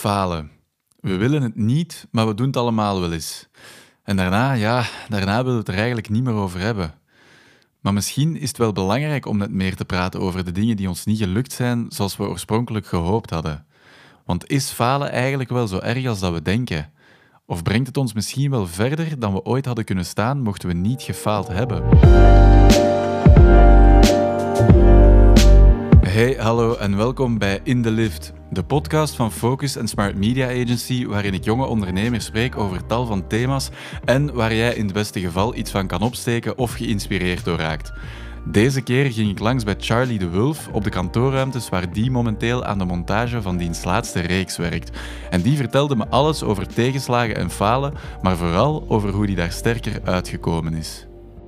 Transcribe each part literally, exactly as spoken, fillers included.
Falen. We willen het niet, maar we doen het allemaal wel eens. En daarna, ja, daarna willen we het er eigenlijk niet meer over hebben. Maar misschien is het wel belangrijk om net meer te praten over de dingen die ons niet gelukt zijn zoals we oorspronkelijk gehoopt hadden. Want is falen eigenlijk wel zo erg als dat we denken? Of brengt het ons misschien wel verder dan we ooit hadden kunnen staan mochten we niet gefaald hebben? Hey, hallo en welkom bij In The Lift, de podcast van Focus en Smart Media Agency, waarin ik jonge ondernemers spreek over tal van thema's en waar jij in het beste geval iets van kan opsteken of geïnspireerd door raakt. Deze keer ging ik langs bij Charlie de Wulf op de kantoorruimtes waar die momenteel aan de montage van diens laatste reeks werkt. En die vertelde me alles over tegenslagen en falen, maar vooral over hoe die daar sterker uitgekomen is.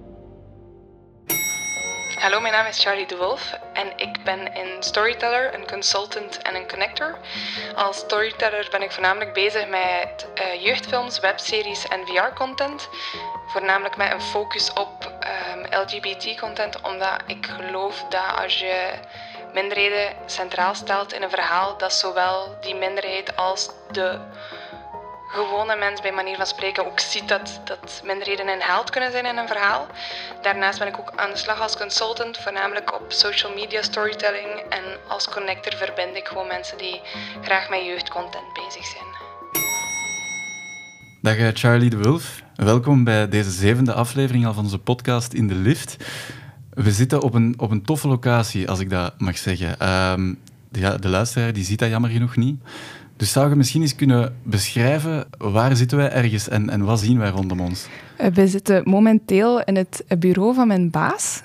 Hallo, mijn naam is Charlie de Wulf en ik ben een storyteller, een consultant en een connector. Als storyteller ben ik voornamelijk bezig met uh, jeugdfilms, webseries en V R-content. Voornamelijk met een focus op um, L G B T-content, omdat ik geloof dat als je minderheden centraal stelt in een verhaal, dat zowel die minderheid als de gewone mens bij manier van spreken ook ziet dat, dat minderheden een held kunnen zijn in een verhaal. Daarnaast ben ik ook aan de slag als consultant, voornamelijk op social media storytelling. En als connector verbind ik gewoon mensen die graag met jeugdcontent bezig zijn. Dag Charlie de Wulf. Welkom bij deze zevende aflevering al van onze podcast In The Lift. We zitten op een, op een toffe locatie, als ik dat mag zeggen. Um, de, ja, de luisteraar die ziet dat jammer genoeg niet. Dus zou je misschien eens kunnen beschrijven waar zitten wij ergens en, en wat zien wij rondom ons? We zitten momenteel in het bureau van mijn baas.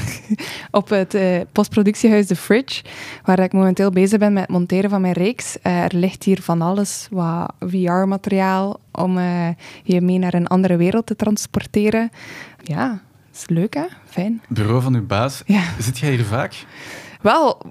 Op het uh, postproductiehuis The Fridge, waar ik momenteel bezig ben met het monteren van mijn reeks. Uh, er ligt hier van alles, wat V R-materiaal, om uh, je mee naar een andere wereld te transporteren. Ja, dat is leuk, hè? Fijn. Bureau van uw baas. Ja. Zit jij hier vaak? Wel,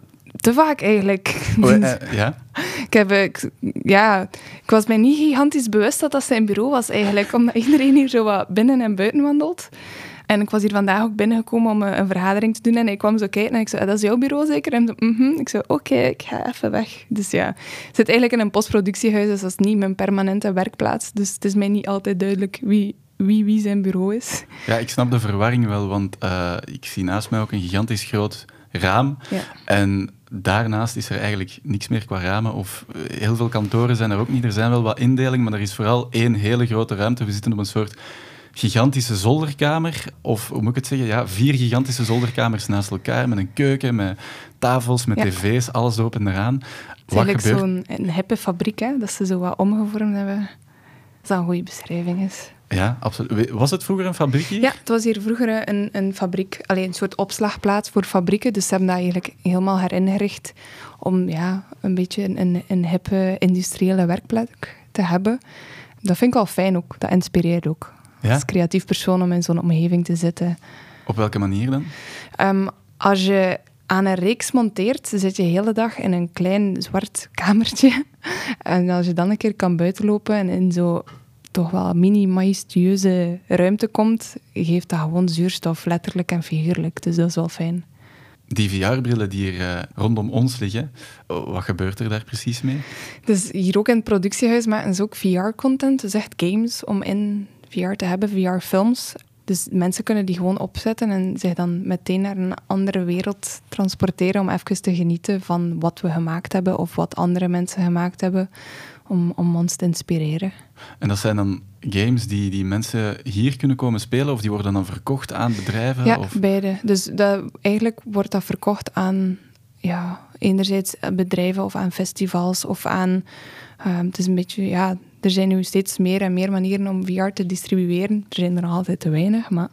te vaak eigenlijk. Oh, uh, ja? Ik, heb, ik, ja, ik was mij niet gigantisch bewust dat dat zijn bureau was eigenlijk, omdat iedereen hier zo wat binnen en buiten wandelt. En ik was hier vandaag ook binnengekomen om een vergadering te doen en ik kwam zo kijken en ik zei, dat is jouw bureau zeker? En mm-hmm. Ik zei, oké, okay, ik ga even weg. Dus ja, ik zit eigenlijk in een postproductiehuis, dus dat is niet mijn permanente werkplaats. Dus het is mij niet altijd duidelijk wie wie, wie zijn bureau is. Ja, ik snap de verwarring wel, want uh, ik zie naast mij ook een gigantisch groot raam. Ja. En daarnaast is er eigenlijk niks meer qua ramen. Of heel veel kantoren zijn er ook niet. Er zijn wel wat indelingen, maar er is vooral één hele grote ruimte. We zitten op een soort gigantische zolderkamer. Of, hoe moet ik het zeggen? Ja, vier gigantische zolderkamers naast elkaar. Met een keuken, met tafels, met ja. tv's, alles erop en eraan. Het is wat eigenlijk zo'n een hippe fabriek, hè? Dat ze zo wat omgevormd hebben. Dat dat een goede beschrijving is. Ja, absoluut. Was het vroeger een fabriek hier? Ja, het was hier vroeger een, een fabriek, alleen een soort opslagplaats voor fabrieken. Dus ze hebben dat eigenlijk helemaal heringericht om ja, een beetje een, een, een hippe industriële werkplek te hebben. Dat vind ik wel fijn ook. Dat inspireert ook. Ja? Als creatief persoon om in zo'n omgeving te zitten. Op welke manier dan? Um, als je aan een reeks monteert, zit je de hele dag in een klein zwart kamertje. En als je dan een keer kan buitenlopen en in zo toch wel mini-majestueuze ruimte komt, geeft dat gewoon zuurstof, letterlijk en figuurlijk. Dus dat is wel fijn. Die V R-brillen die hier uh, rondom ons liggen, wat gebeurt er daar precies mee? Dus hier ook in het productiehuis maken ze ook V R-content, dus echt games om in V R te hebben, V R-films. Dus mensen kunnen die gewoon opzetten en zich dan meteen naar een andere wereld transporteren om even te genieten van wat we gemaakt hebben of wat andere mensen gemaakt hebben, om, om ons te inspireren. En dat zijn dan games die, die mensen hier kunnen komen spelen of die worden dan verkocht aan bedrijven? Ja, of? beide. Dus dat, eigenlijk wordt dat verkocht aan ja, enerzijds bedrijven of aan festivals of aan... Uh, het is een beetje... ja. Er zijn nu steeds meer en meer manieren om V R te distribueren. Er zijn er nog altijd te weinig, maar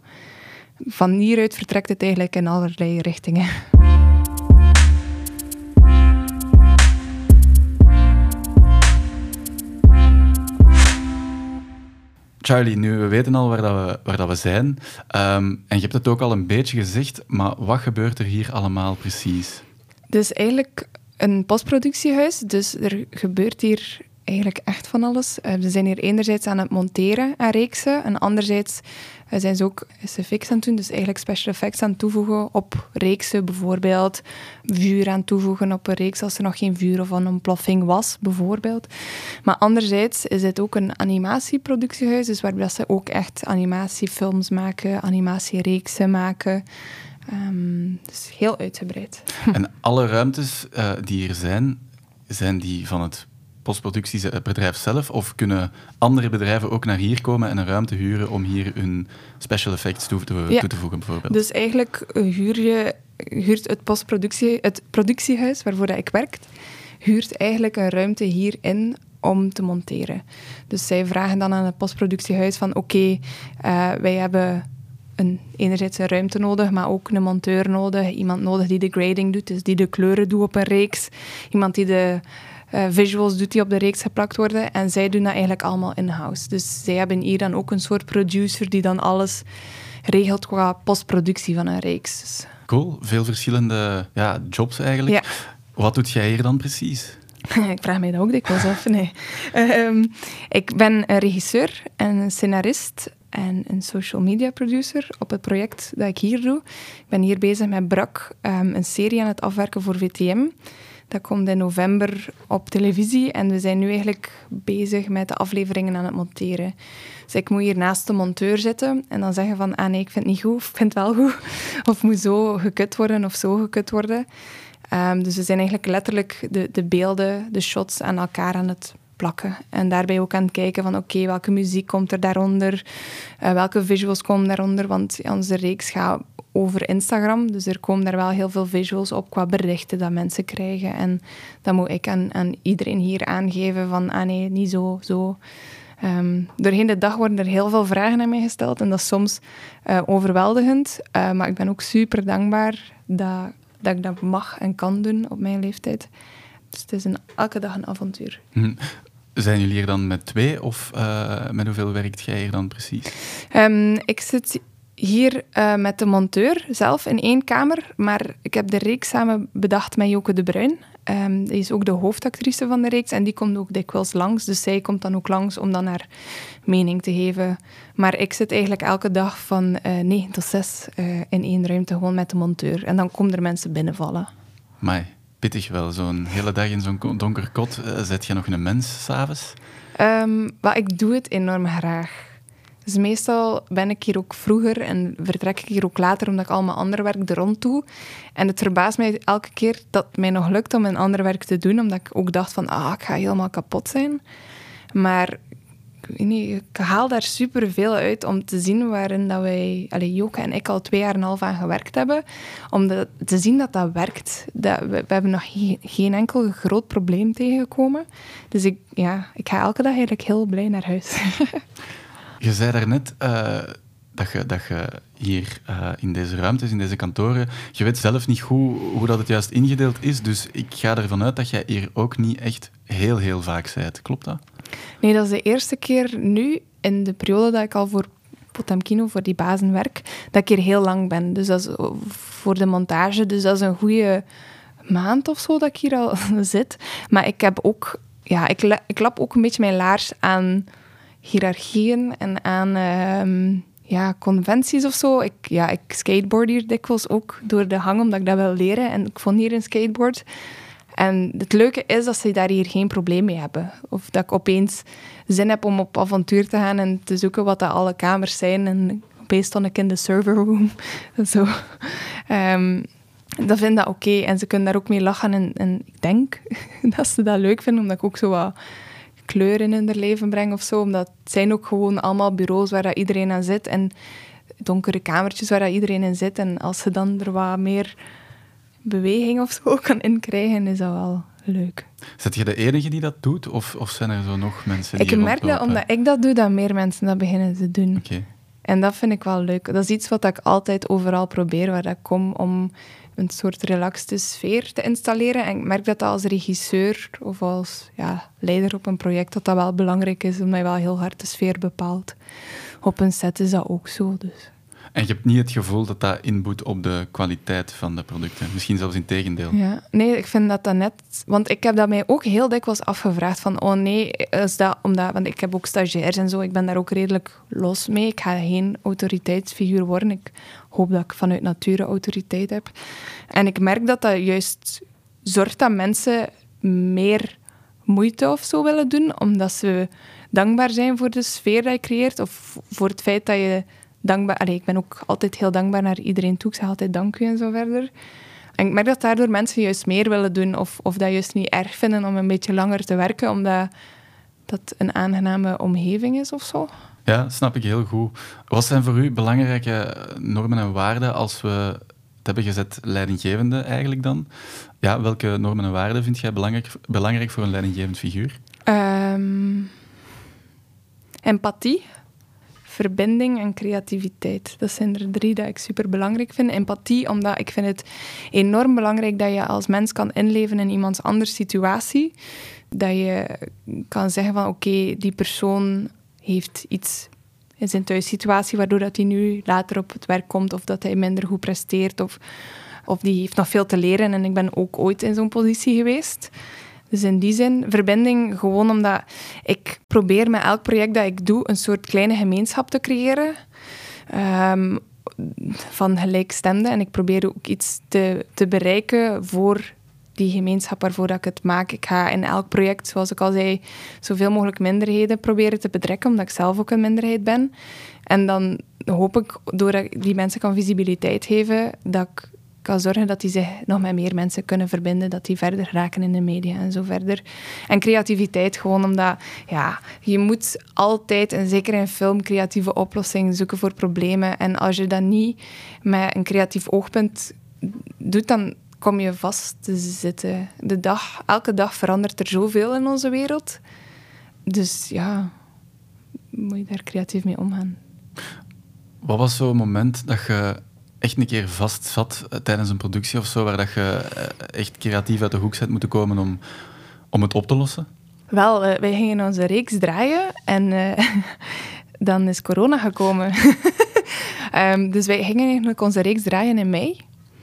van hieruit vertrekt het eigenlijk in allerlei richtingen. Charlie, nu, we weten al waar, dat we, waar dat we zijn. Um, en je hebt het ook al een beetje gezegd, maar wat gebeurt er hier allemaal precies? Dus eigenlijk een postproductiehuis. Dus er gebeurt hier eigenlijk echt van alles. Uh, ze zijn hier enerzijds aan het monteren aan reeksen en anderzijds uh, zijn ze ook S F X aan het doen, dus eigenlijk special effects aan het toevoegen op reeksen, bijvoorbeeld vuur aan toevoegen op een reeks als er nog geen vuur of een ontploffing was, bijvoorbeeld. Maar anderzijds is het ook een animatieproductiehuis, dus waarbij ze ook echt animatiefilms maken, animatiereeksen maken. Um, dus heel uitgebreid. En alle ruimtes uh, die hier zijn, zijn die van het postproductiebedrijf zelf, of kunnen andere bedrijven ook naar hier komen en een ruimte huren om hier hun special effects toe te, ja. toe te voegen, bijvoorbeeld? Dus eigenlijk huur je, huurt het postproductie, het productiehuis waarvoor dat ik werk, huurt eigenlijk een ruimte hierin om te monteren. Dus zij vragen dan aan het postproductiehuis van oké, okay, uh, wij hebben een, enerzijds een ruimte nodig, maar ook een monteur nodig, iemand nodig die de grading doet, dus die de kleuren doet op een reeks, iemand die de Uh, visuals doet die op de reeks geplakt worden. En zij doen dat eigenlijk allemaal in-house. Dus zij hebben hier dan ook een soort producer die dan alles regelt qua postproductie van een reeks. Dus. Cool, veel verschillende ja, jobs eigenlijk. Ja. Wat doet jij hier dan precies? Ik vraag mij dat ook dikwijls af. Nee. Um, ik ben een regisseur en een scenarist en een social media producer op het project dat ik hier doe. Ik ben hier bezig met Brak, um, een serie aan het afwerken voor V T M. Dat komt in november op televisie en we zijn nu eigenlijk bezig met de afleveringen aan het monteren. Dus ik moet hier naast de monteur zitten en dan zeggen van ah nee, ik vind het niet goed, of ik vind het wel goed. Of moet zo gekut worden of zo gekut worden. Um, dus we zijn eigenlijk letterlijk de, de beelden, de shots aan elkaar aan het plakken. En daarbij ook aan het kijken van oké, okay, welke muziek komt er daaronder? Uh, welke visuals komen daaronder? Want ja, onze reeks gaat over Instagram, dus er komen daar wel heel veel visuals op qua berichten dat mensen krijgen. En dan moet ik aan, aan iedereen hier aangeven van ah nee, niet zo, zo. Um, doorheen de dag worden er heel veel vragen aan mij gesteld en dat is soms uh, overweldigend. Uh, maar ik ben ook super dankbaar dat, dat ik dat mag en kan doen op mijn leeftijd. Dus het is een, elke dag een avontuur. Hm. Zijn jullie hier dan met twee of uh, met hoeveel werkt jij hier dan precies? Um, ik zit hier uh, met de monteur zelf in één kamer, maar ik heb de reeks samen bedacht met Joke de Bruin. Um, die is ook de hoofdactrice van de reeks en die komt ook dikwijls langs. Dus zij komt dan ook langs om dan haar mening te geven. Maar ik zit eigenlijk elke dag van uh, negen tot zes uh, in één ruimte gewoon met de monteur. En dan komen er mensen binnenvallen. Amai, pittig wel. Zo'n hele dag in zo'n donker kot. Uh, zet je nog een mens s'avonds? Um, maar ik doe het enorm graag. Dus meestal ben ik hier ook vroeger en vertrek ik hier ook later, omdat ik al mijn ander werk er rond doe. En het verbaast mij elke keer dat het mij nog lukt om mijn ander werk te doen, omdat ik ook dacht van, ah, ik ga helemaal kapot zijn. Maar ik weet niet, ik haal daar superveel uit om te zien waarin dat wij, allee, Joke en ik al twee jaar en een half aan gewerkt hebben, om de, te zien dat dat werkt. Dat, we, we hebben nog he, geen enkel groot probleem tegengekomen. Dus ik, ja, ik ga elke dag eigenlijk heel blij naar huis. Je zei daarnet uh, dat, je, dat je hier uh, in deze ruimtes, in deze kantoren, je weet zelf niet goed hoe dat het juist ingedeeld is, dus ik ga ervan uit dat jij hier ook niet echt heel, heel vaak bent. Klopt dat? Nee, dat is de eerste keer nu, in de periode dat ik al voor Potemkino, voor die bazen werk, dat ik hier heel lang ben. Dus dat is voor de montage, dus dat is een goede maand of zo dat ik hier al zit. Maar ik heb ook, ja, ik, la, ik lap ook een beetje mijn laars aan hiërarchieën en aan uh, ja, conventies of zo. Ik, ja, ik skateboard hier dikwijls ook door de hang, omdat ik dat wil leren. En ik vond hier een skateboard. En het leuke is dat ze daar hier geen probleem mee hebben. Of dat ik opeens zin heb om op avontuur te gaan en te zoeken wat dat alle kamers zijn. En opeens stond ik in de server room. Zo. Um, dat vind ik oké. Okay. En ze kunnen daar ook mee lachen. En, en ik denk dat ze dat leuk vinden, omdat ik ook zo wat kleur in hun leven breng of zo. Omdat het zijn ook gewoon allemaal bureaus waar dat iedereen aan zit. En donkere kamertjes waar dat iedereen in zit. En als ze dan er wat meer beweging of zo kan inkrijgen, is dat wel leuk. Zet je de enige die dat doet? Of, of zijn er zo nog mensen die Ik merk dat omdat ik dat doe, dat meer mensen dat beginnen te doen. Okay. En dat vind ik wel leuk. Dat is iets wat ik altijd overal probeer, waar ik kom, om een soort relaxte sfeer te installeren. En ik merk dat dat als regisseur of als ja, leider op een project, dat dat wel belangrijk is, omdat je wel heel hard de sfeer bepaalt. Op een set is dat ook zo, dus. En je hebt niet het gevoel dat dat inboet op de kwaliteit van de producten. Misschien zelfs in tegendeel. Ja, nee, ik vind dat dat net... Want ik heb dat mij ook heel dikwijls afgevraagd van, oh nee, is dat omdat... Want ik heb ook stagiairs en zo, ik ben daar ook redelijk los mee. Ik ga geen autoriteitsfiguur worden. Ik hoop dat ik vanuit nature autoriteit heb. En ik merk dat dat juist zorgt dat mensen meer moeite of zo willen doen, omdat ze dankbaar zijn voor de sfeer die je creëert, of voor het feit dat je dankbaar... Allee, ik ben ook altijd heel dankbaar naar iedereen toe. Ik zeg altijd dank u en zo verder. En ik merk dat daardoor mensen juist meer willen doen, of, of dat juist niet erg vinden om een beetje langer te werken, omdat dat een aangename omgeving is of zo. Ja, snap ik heel goed. Wat zijn voor u belangrijke normen en waarden als we het hebben gezet leidinggevende eigenlijk dan? Ja, welke normen en waarden vind jij belangrijk, belangrijk voor een leidinggevend figuur? Um, empathie, verbinding en creativiteit. Dat zijn er drie die ik super belangrijk vind. Empathie, omdat ik vind het enorm belangrijk dat je als mens kan inleven in iemands andere situatie. Dat je kan zeggen van oké, okay, die persoon heeft iets in zijn thuissituatie waardoor dat hij nu later op het werk komt of dat hij minder goed presteert of, of die heeft nog veel te leren. En ik ben ook ooit in zo'n positie geweest. Dus in die zin, verbinding gewoon omdat ik probeer met elk project dat ik doe een soort kleine gemeenschap te creëren um, van gelijkstemden. En ik probeer ook iets te, te bereiken voor die gemeenschap waarvoor dat ik het maak. Ik ga in elk project, zoals ik al zei, zoveel mogelijk minderheden proberen te betrekken, omdat ik zelf ook een minderheid ben. En dan hoop ik, doordat ik die mensen kan visibiliteit geven, dat ik kan zorgen dat die zich nog met meer mensen kunnen verbinden, dat die verder raken in de media en zo verder. En creativiteit gewoon omdat, ja, je moet altijd, en zeker in film, creatieve oplossingen zoeken voor problemen. En als je dat niet met een creatief oogpunt doet, dan kom je vast te zitten. De dag, elke dag verandert er zoveel in onze wereld. Dus ja, moet je daar creatief mee omgaan. Wat was zo'n moment dat je echt een keer vast zat tijdens een productie of zo, waar dat je echt creatief uit de hoek bent moeten komen om, om het op te lossen? Wel, uh, wij gingen onze reeks draaien en uh, dan is corona gekomen. um, dus wij gingen eigenlijk onze reeks draaien in mei.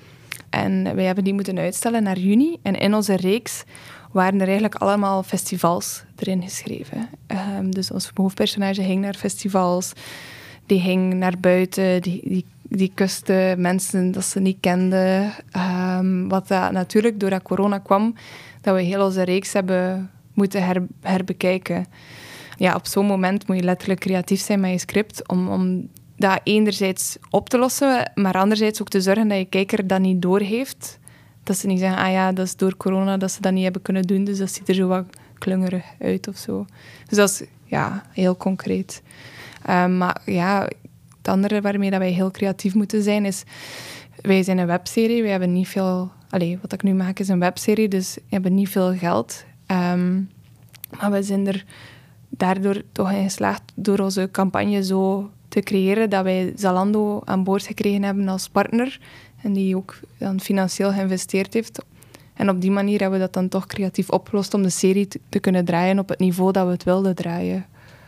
En wij hebben die moeten uitstellen naar juni. En in onze reeks waren er eigenlijk allemaal festivals erin geschreven. Um, dus ons hoofdpersonage ging naar festivals, die ging naar buiten, die, die, die kuste mensen dat ze niet kenden. Um, wat dat natuurlijk, doordat corona kwam, dat we heel onze reeks hebben moeten her, herbekijken. Ja, op zo'n moment moet je letterlijk creatief zijn met je script om... om dat enerzijds op te lossen, maar anderzijds ook te zorgen dat je kijker dat niet doorheeft. Dat ze niet zeggen, ah ja, dat is door corona dat ze dat niet hebben kunnen doen, dus dat ziet er zo wat klungerig uit of zo. Dus dat is ja, heel concreet. Um, maar ja, het andere waarmee dat wij heel creatief moeten zijn is... Wij zijn een webserie, wij hebben niet veel... Allee, wat ik nu maak is een webserie, dus we hebben niet veel geld. Um, maar we zijn er daardoor toch in geslaagd door onze campagne zo te creëren dat wij Zalando aan boord gekregen hebben als partner en die ook dan financieel geïnvesteerd heeft. En op die manier hebben we dat dan toch creatief opgelost om de serie te, te kunnen draaien op het niveau dat we het wilden draaien.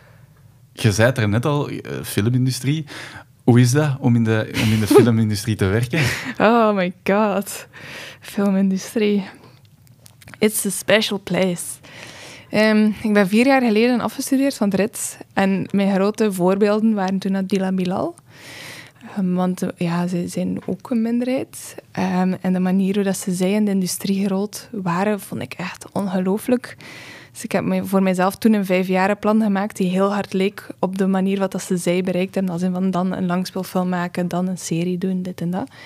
Je zei het er net al, filmindustrie. Hoe is dat om in de, om in de filmindustrie te werken? Oh my god. Filmindustrie. It's a special place. Um, ik ben vier jaar geleden afgestudeerd van het R I T S. En mijn grote voorbeelden waren toen Adila Bilal. Um, want uh, ja, ze zijn ook een minderheid. Um, en de manier hoe dat ze zij in de industrie gerold waren, vond ik echt ongelooflijk. Dus ik heb me voor mijzelf toen een vijfjarenplan gemaakt die heel hard leek op de manier wat dat ze zij bereikt hebben. Als in van dan een langspeelfilm maken, dan een serie doen, dit en dat.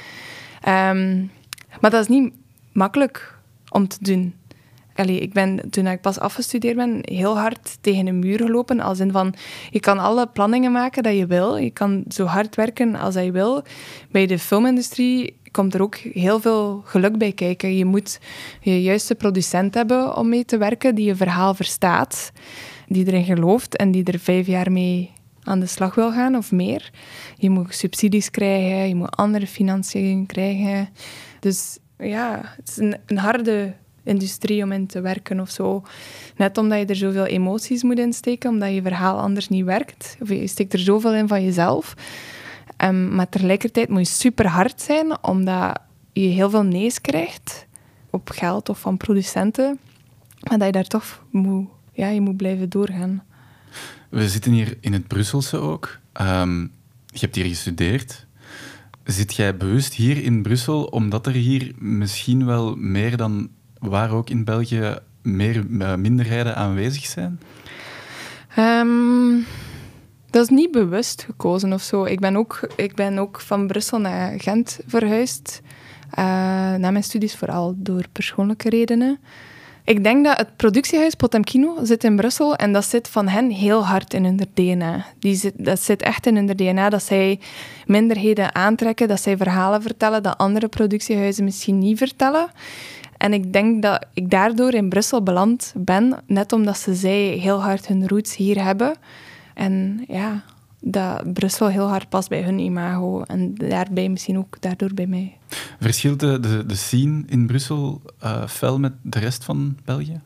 Um, maar dat is niet makkelijk om te doen. Allee, ik ben, toen ik pas afgestudeerd ben, heel hard tegen een muur gelopen. Als in van, je kan alle planningen maken dat je wil. Je kan zo hard werken als dat je wil. Bij de filmindustrie komt er ook heel veel geluk bij kijken. Je moet je juiste producent hebben om mee te werken, die je verhaal verstaat, die erin gelooft en die er vijf jaar mee aan de slag wil gaan of meer. Je moet subsidies krijgen, je moet andere financiering krijgen. Dus ja, het is een, een harde industrie om in te werken of zo. Net omdat je er zoveel emoties moet insteken, omdat je verhaal anders niet werkt. Of je steekt er zoveel in van jezelf. Um, maar tegelijkertijd moet je super hard zijn, omdat je heel veel nee's krijgt op geld of van producenten. Maar dat je daar toch moet, ja, je moet blijven doorgaan. We zitten hier in het Brusselse ook. Um, je hebt hier gestudeerd. Zit jij bewust hier in Brussel omdat er hier misschien wel meer dan waar ook in België meer uh, minderheden aanwezig zijn? Um, dat is niet bewust gekozen of zo. Ik ben ook, ik ben ook van Brussel naar Gent verhuisd. Uh, na mijn studies vooral door persoonlijke redenen. Ik denk dat het productiehuis Potemkino zit in Brussel en dat zit van hen heel hard in hun D N A. Die zit, dat zit echt in hun D N A dat zij minderheden aantrekken, dat zij verhalen vertellen dat andere productiehuizen misschien niet vertellen. En ik denk dat ik daardoor in Brussel beland ben, net omdat ze zij heel hard hun roots hier hebben. En ja, dat Brussel heel hard past bij hun imago en daarbij misschien ook daardoor bij mij. Verschilt de, de, de scene in Brussel uh, fel met de rest van België?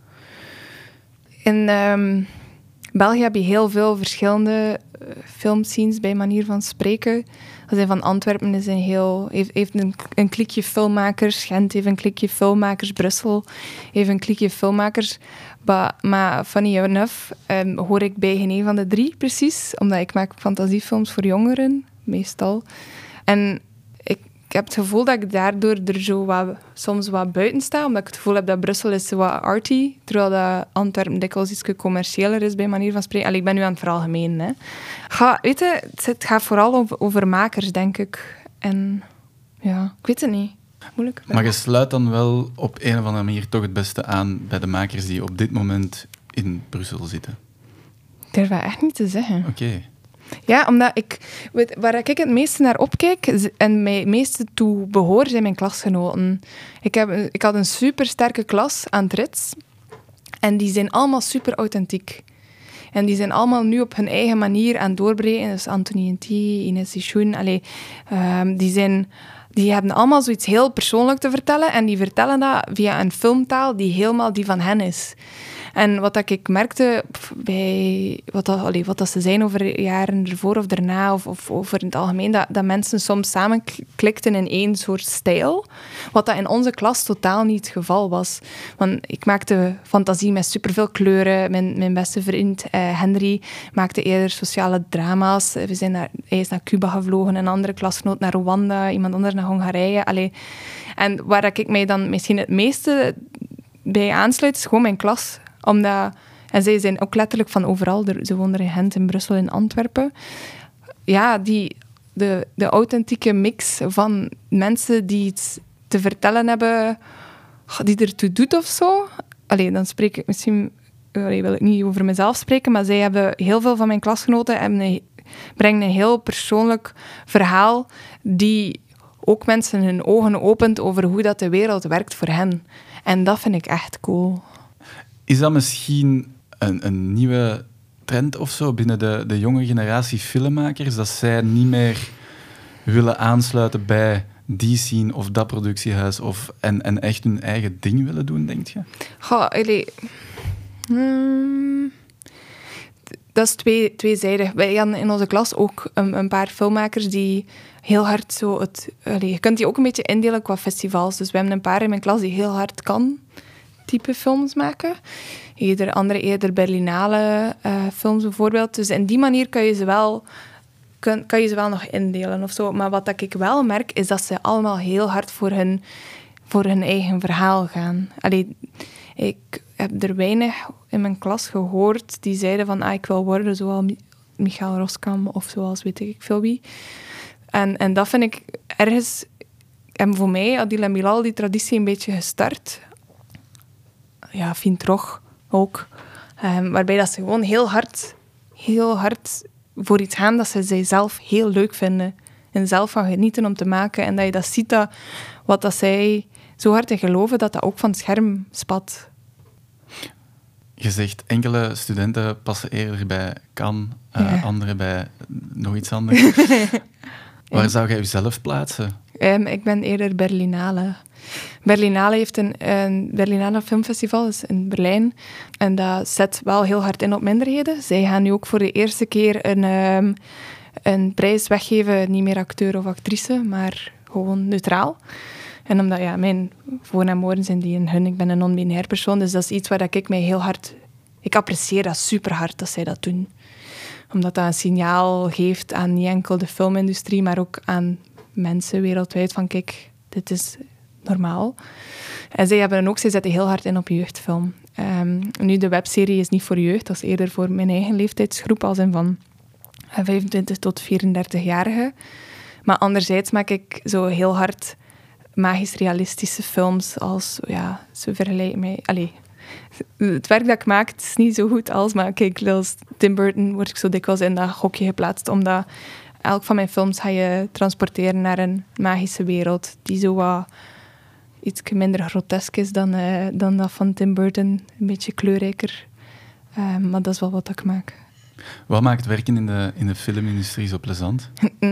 In um, België heb je heel veel verschillende uh, filmscenes, bij manier van spreken. Dat zijn van Antwerpen is een heel, heeft, heeft een, een klikje filmmakers, Gent heeft een klikje filmmakers, Brussel heeft een klikje filmmakers. Ba, maar funny enough um, hoor ik bij geen een van de drie precies, omdat ik maak fantasiefilms voor jongeren, meestal. En ik, ik heb het gevoel dat ik daardoor er zo wat, soms wat buiten sta, omdat ik het gevoel heb dat Brussel is wat arty, terwijl dat Antwerpen dikwijls iets commerciëler is, bij manier van spreken. Allee, ik ben nu aan het veralgemenen, hè. Ga, weet je, het gaat vooral over, over makers, denk ik. En ja, ik weet het niet. Moeilijk. Maar je sluit dan wel op een of andere manier toch het beste aan bij de makers die op dit moment in Brussel zitten? Ik durf dat echt niet te zeggen. Oké. Okay. Ja, omdat ik... Weet, waar ik het meeste naar opkijk en mij het meeste toe behoor, zijn mijn klasgenoten. Ik, heb, ik had een supersterke klas aan het Rits. En die zijn allemaal super authentiek. En die zijn allemaal nu op hun eigen manier aan het doorbreken. Dus Anthony en T, Ines Dishoen. Allee, um, die zijn... Die hebben allemaal zoiets heel persoonlijk te vertellen en die vertellen dat via een filmtaal die helemaal die van hen is. En wat dat ik merkte bij wat, dat, allee, wat dat ze zijn over jaren ervoor of daarna, of, of over in het algemeen, dat, dat mensen soms samenklikten in één soort stijl. Wat dat in onze klas totaal niet het geval was. Want ik maakte fantasie met superveel kleuren. Mijn, mijn beste vriend eh, Henry maakte eerder sociale drama's. We zijn naar, hij is naar Cuba gevlogen, een andere klasgenoot naar Rwanda, iemand anders naar Hongarije. Allee. En waar ik mij dan misschien het meeste bij aansluit, is gewoon mijn klas. Omdat, en zij zijn ook letterlijk van overal. Ze woonden in Gent, in Brussel, in Antwerpen. Ja, die, de, de authentieke mix van mensen die iets te vertellen hebben, die ertoe doet of zo. Allee, dan spreek ik misschien... Allee, wil ik niet over mezelf spreken, maar zij hebben heel veel van mijn klasgenoten hebben een, brengen een heel persoonlijk verhaal die ook mensen hun ogen opent over hoe dat de wereld werkt voor hen. En dat vind ik echt cool. Is dat misschien een, een nieuwe trend of zo binnen de, de jonge generatie filmmakers, dat zij niet meer willen aansluiten bij die scene of dat productiehuis of, en, en echt hun eigen ding willen doen, denk je? Goh, allee... Hmm. Dat is twee, tweezijdig. Wij hadden in onze klas ook een, een paar filmmakers die heel hard zo... Het, allee, je kunt die ook een beetje indelen qua festivals. Dus we hebben een paar in mijn klas die heel hard kan type films maken. Eerder, andere eerder Berlinale uh, films bijvoorbeeld. Dus in die manier kan je ze wel, kan, kan je ze wel nog indelen of zo. Maar wat ik wel merk, is dat ze allemaal heel hard voor hun, voor hun eigen verhaal gaan. Allee, ik heb er weinig in mijn klas gehoord die zeiden van ah, ik wil worden zoals Michael Roskam of zoals weet ik veel wie. En, en dat vind ik ergens... En voor mij had Adil en Bilal die traditie een beetje gestart. Ja, Vintrog ook. Um, waarbij dat ze gewoon heel hard, heel hard voor iets gaan dat ze zichzelf heel leuk vinden. En zelf van genieten om te maken. En dat je dat ziet, dat, wat dat zij zo hard in geloven, dat dat ook van het scherm spat. Je zegt, enkele studenten passen eerder bij Cannes, uh, ja. Anderen bij nog iets anders. Waar ja. zou jij jezelf plaatsen? Um, ik ben eerder Berlinale. Berlinale heeft een, een Berlinale Filmfestival, dus in Berlijn. En dat zet wel heel hard in op minderheden. Zij gaan nu ook voor de eerste keer een, um, een prijs weggeven, niet meer acteur of actrice, maar gewoon neutraal. En omdat ja, mijn voornaamwoorden zijn die en hun, ik ben een non-binair persoon, dus dat is iets waar dat ik mij heel hard... Ik apprecieer dat super hard dat zij dat doen. Omdat dat een signaal geeft aan niet enkel de filmindustrie, maar ook aan mensen wereldwijd van kijk, dit is normaal. En zij hebben ook, zij zetten heel hard in op jeugdfilm. Um, nu, de webserie is niet voor jeugd, dat is eerder voor mijn eigen leeftijdsgroep, als in van vijfentwintig tot vierendertig-jarigen. Maar anderzijds maak ik zo heel hard magisch-realistische films als, ja, ze vergelijken mij... Allee, het werk dat ik maak het is niet zo goed als, maar kijk, als Tim Burton word ik zo dikwijls in dat hokje geplaatst, omdat elk van mijn films ga je transporteren naar een magische wereld die zo wat iets minder grotesk is dan, uh, dan dat van Tim Burton. Een beetje kleurrijker. Uh, maar dat is wel wat ik maak. Wat maakt werken in de, in de filmindustrie zo plezant?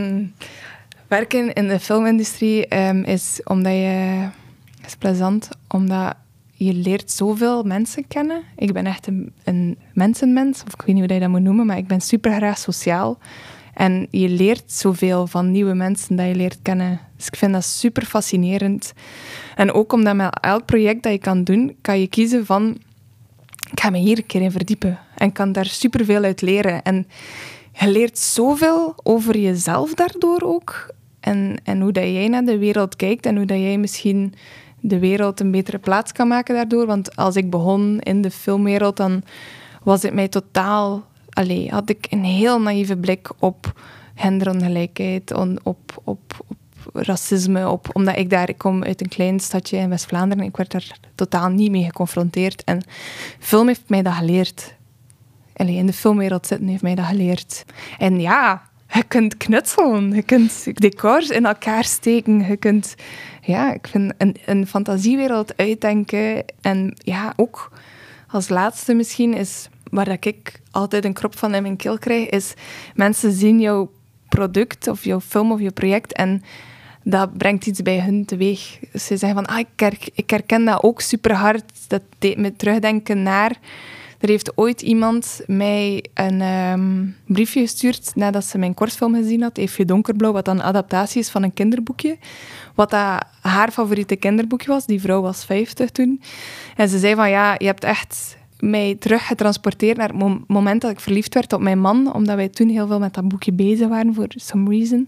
Werken in de filmindustrie um, is omdat je... is plezant, omdat je leert zoveel mensen kennen. Ik ben echt een, een mensenmens, of ik weet niet hoe je dat moet noemen, maar ik ben super graag sociaal. En je leert zoveel van nieuwe mensen dat je leert kennen. Dus ik vind dat super fascinerend. En ook omdat met elk project dat je kan doen, kan je kiezen van... Ik ga me hier een keer in verdiepen. En kan daar superveel uit leren. En je leert zoveel over jezelf daardoor ook. En, en hoe dat jij naar de wereld kijkt. En hoe dat jij misschien de wereld een betere plaats kan maken daardoor. Want als ik begon in de filmwereld, dan was het mij totaal... Allee, had ik een heel naïeve blik op genderongelijkheid, on, op, op, op racisme, op, omdat ik daar, ik kom uit een klein stadje in West-Vlaanderen, ik werd daar totaal niet mee geconfronteerd. En film heeft mij dat geleerd. Allee, in de filmwereld zitten heeft mij dat geleerd. En ja, je kunt knutselen, je kunt decors in elkaar steken, je kunt, ja, ik vind een, een fantasiewereld uitdenken. En ja, ook als laatste misschien is... Waar dat ik altijd een krop van in mijn keel krijg, is mensen zien jouw product of jouw film of jouw project en dat brengt iets bij hun teweeg. Dus ze zeggen van, ah, ik, her, ik herken dat ook super hard. Dat deed me terugdenken naar... Er heeft ooit iemand mij een um, briefje gestuurd nadat ze mijn kortfilm gezien had, Eefje Donkerblauw, wat dan een adaptatie is van een kinderboekje. Wat dat haar favoriete kinderboekje was. Die vrouw was vijftig toen. En ze zei van, ja, je hebt echt... mij terug getransporteerd naar het mom- moment dat ik verliefd werd op mijn man, omdat wij toen heel veel met dat boekje bezig waren, for some reason.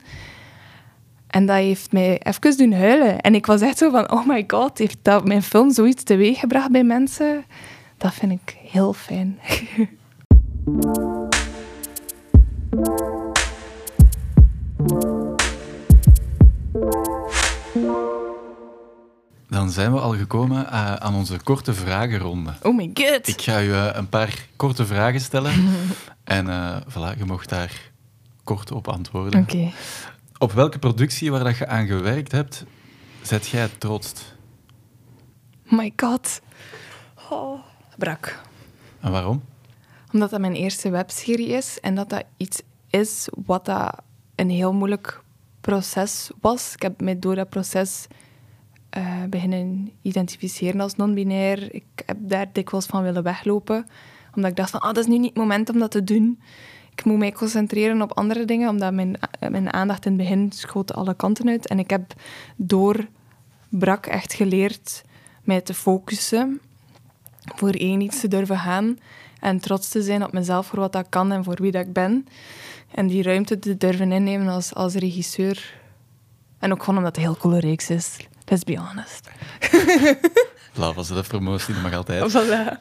En dat heeft mij even doen huilen. En ik was echt zo van, oh my god, heeft dat mijn film zoiets teweeggebracht bij mensen? Dat vind ik heel fijn. Dan zijn we al gekomen uh, aan onze korte vragenronde. Oh my god. Ik ga u uh, een paar korte vragen stellen. en uh, voilà, je mocht daar kort op antwoorden. Oké. Okay. Op welke productie waar dat je aan gewerkt hebt, zet jij het trots? Oh my god. Oh. Brak. En waarom? Omdat dat mijn eerste webserie is en dat dat iets is wat dat een heel moeilijk proces was. Ik heb mij door dat proces uh, beginnen identificeren als non-binair. Ik heb daar dikwijls van willen weglopen. Omdat ik dacht van, ah, dat is nu niet het moment om dat te doen. Ik moet mij concentreren op andere dingen, omdat mijn, mijn aandacht in het begin schoot alle kanten uit. En ik heb door Brak echt geleerd mij te focussen, voor één iets te durven gaan en trots te zijn op mezelf voor wat dat kan en voor wie dat ik ben. En die ruimte te durven innemen als, als regisseur. En ook gewoon omdat het heel coole reeks is. Let's be honest. Voilà, was de promotie, dat mag altijd. Voilà.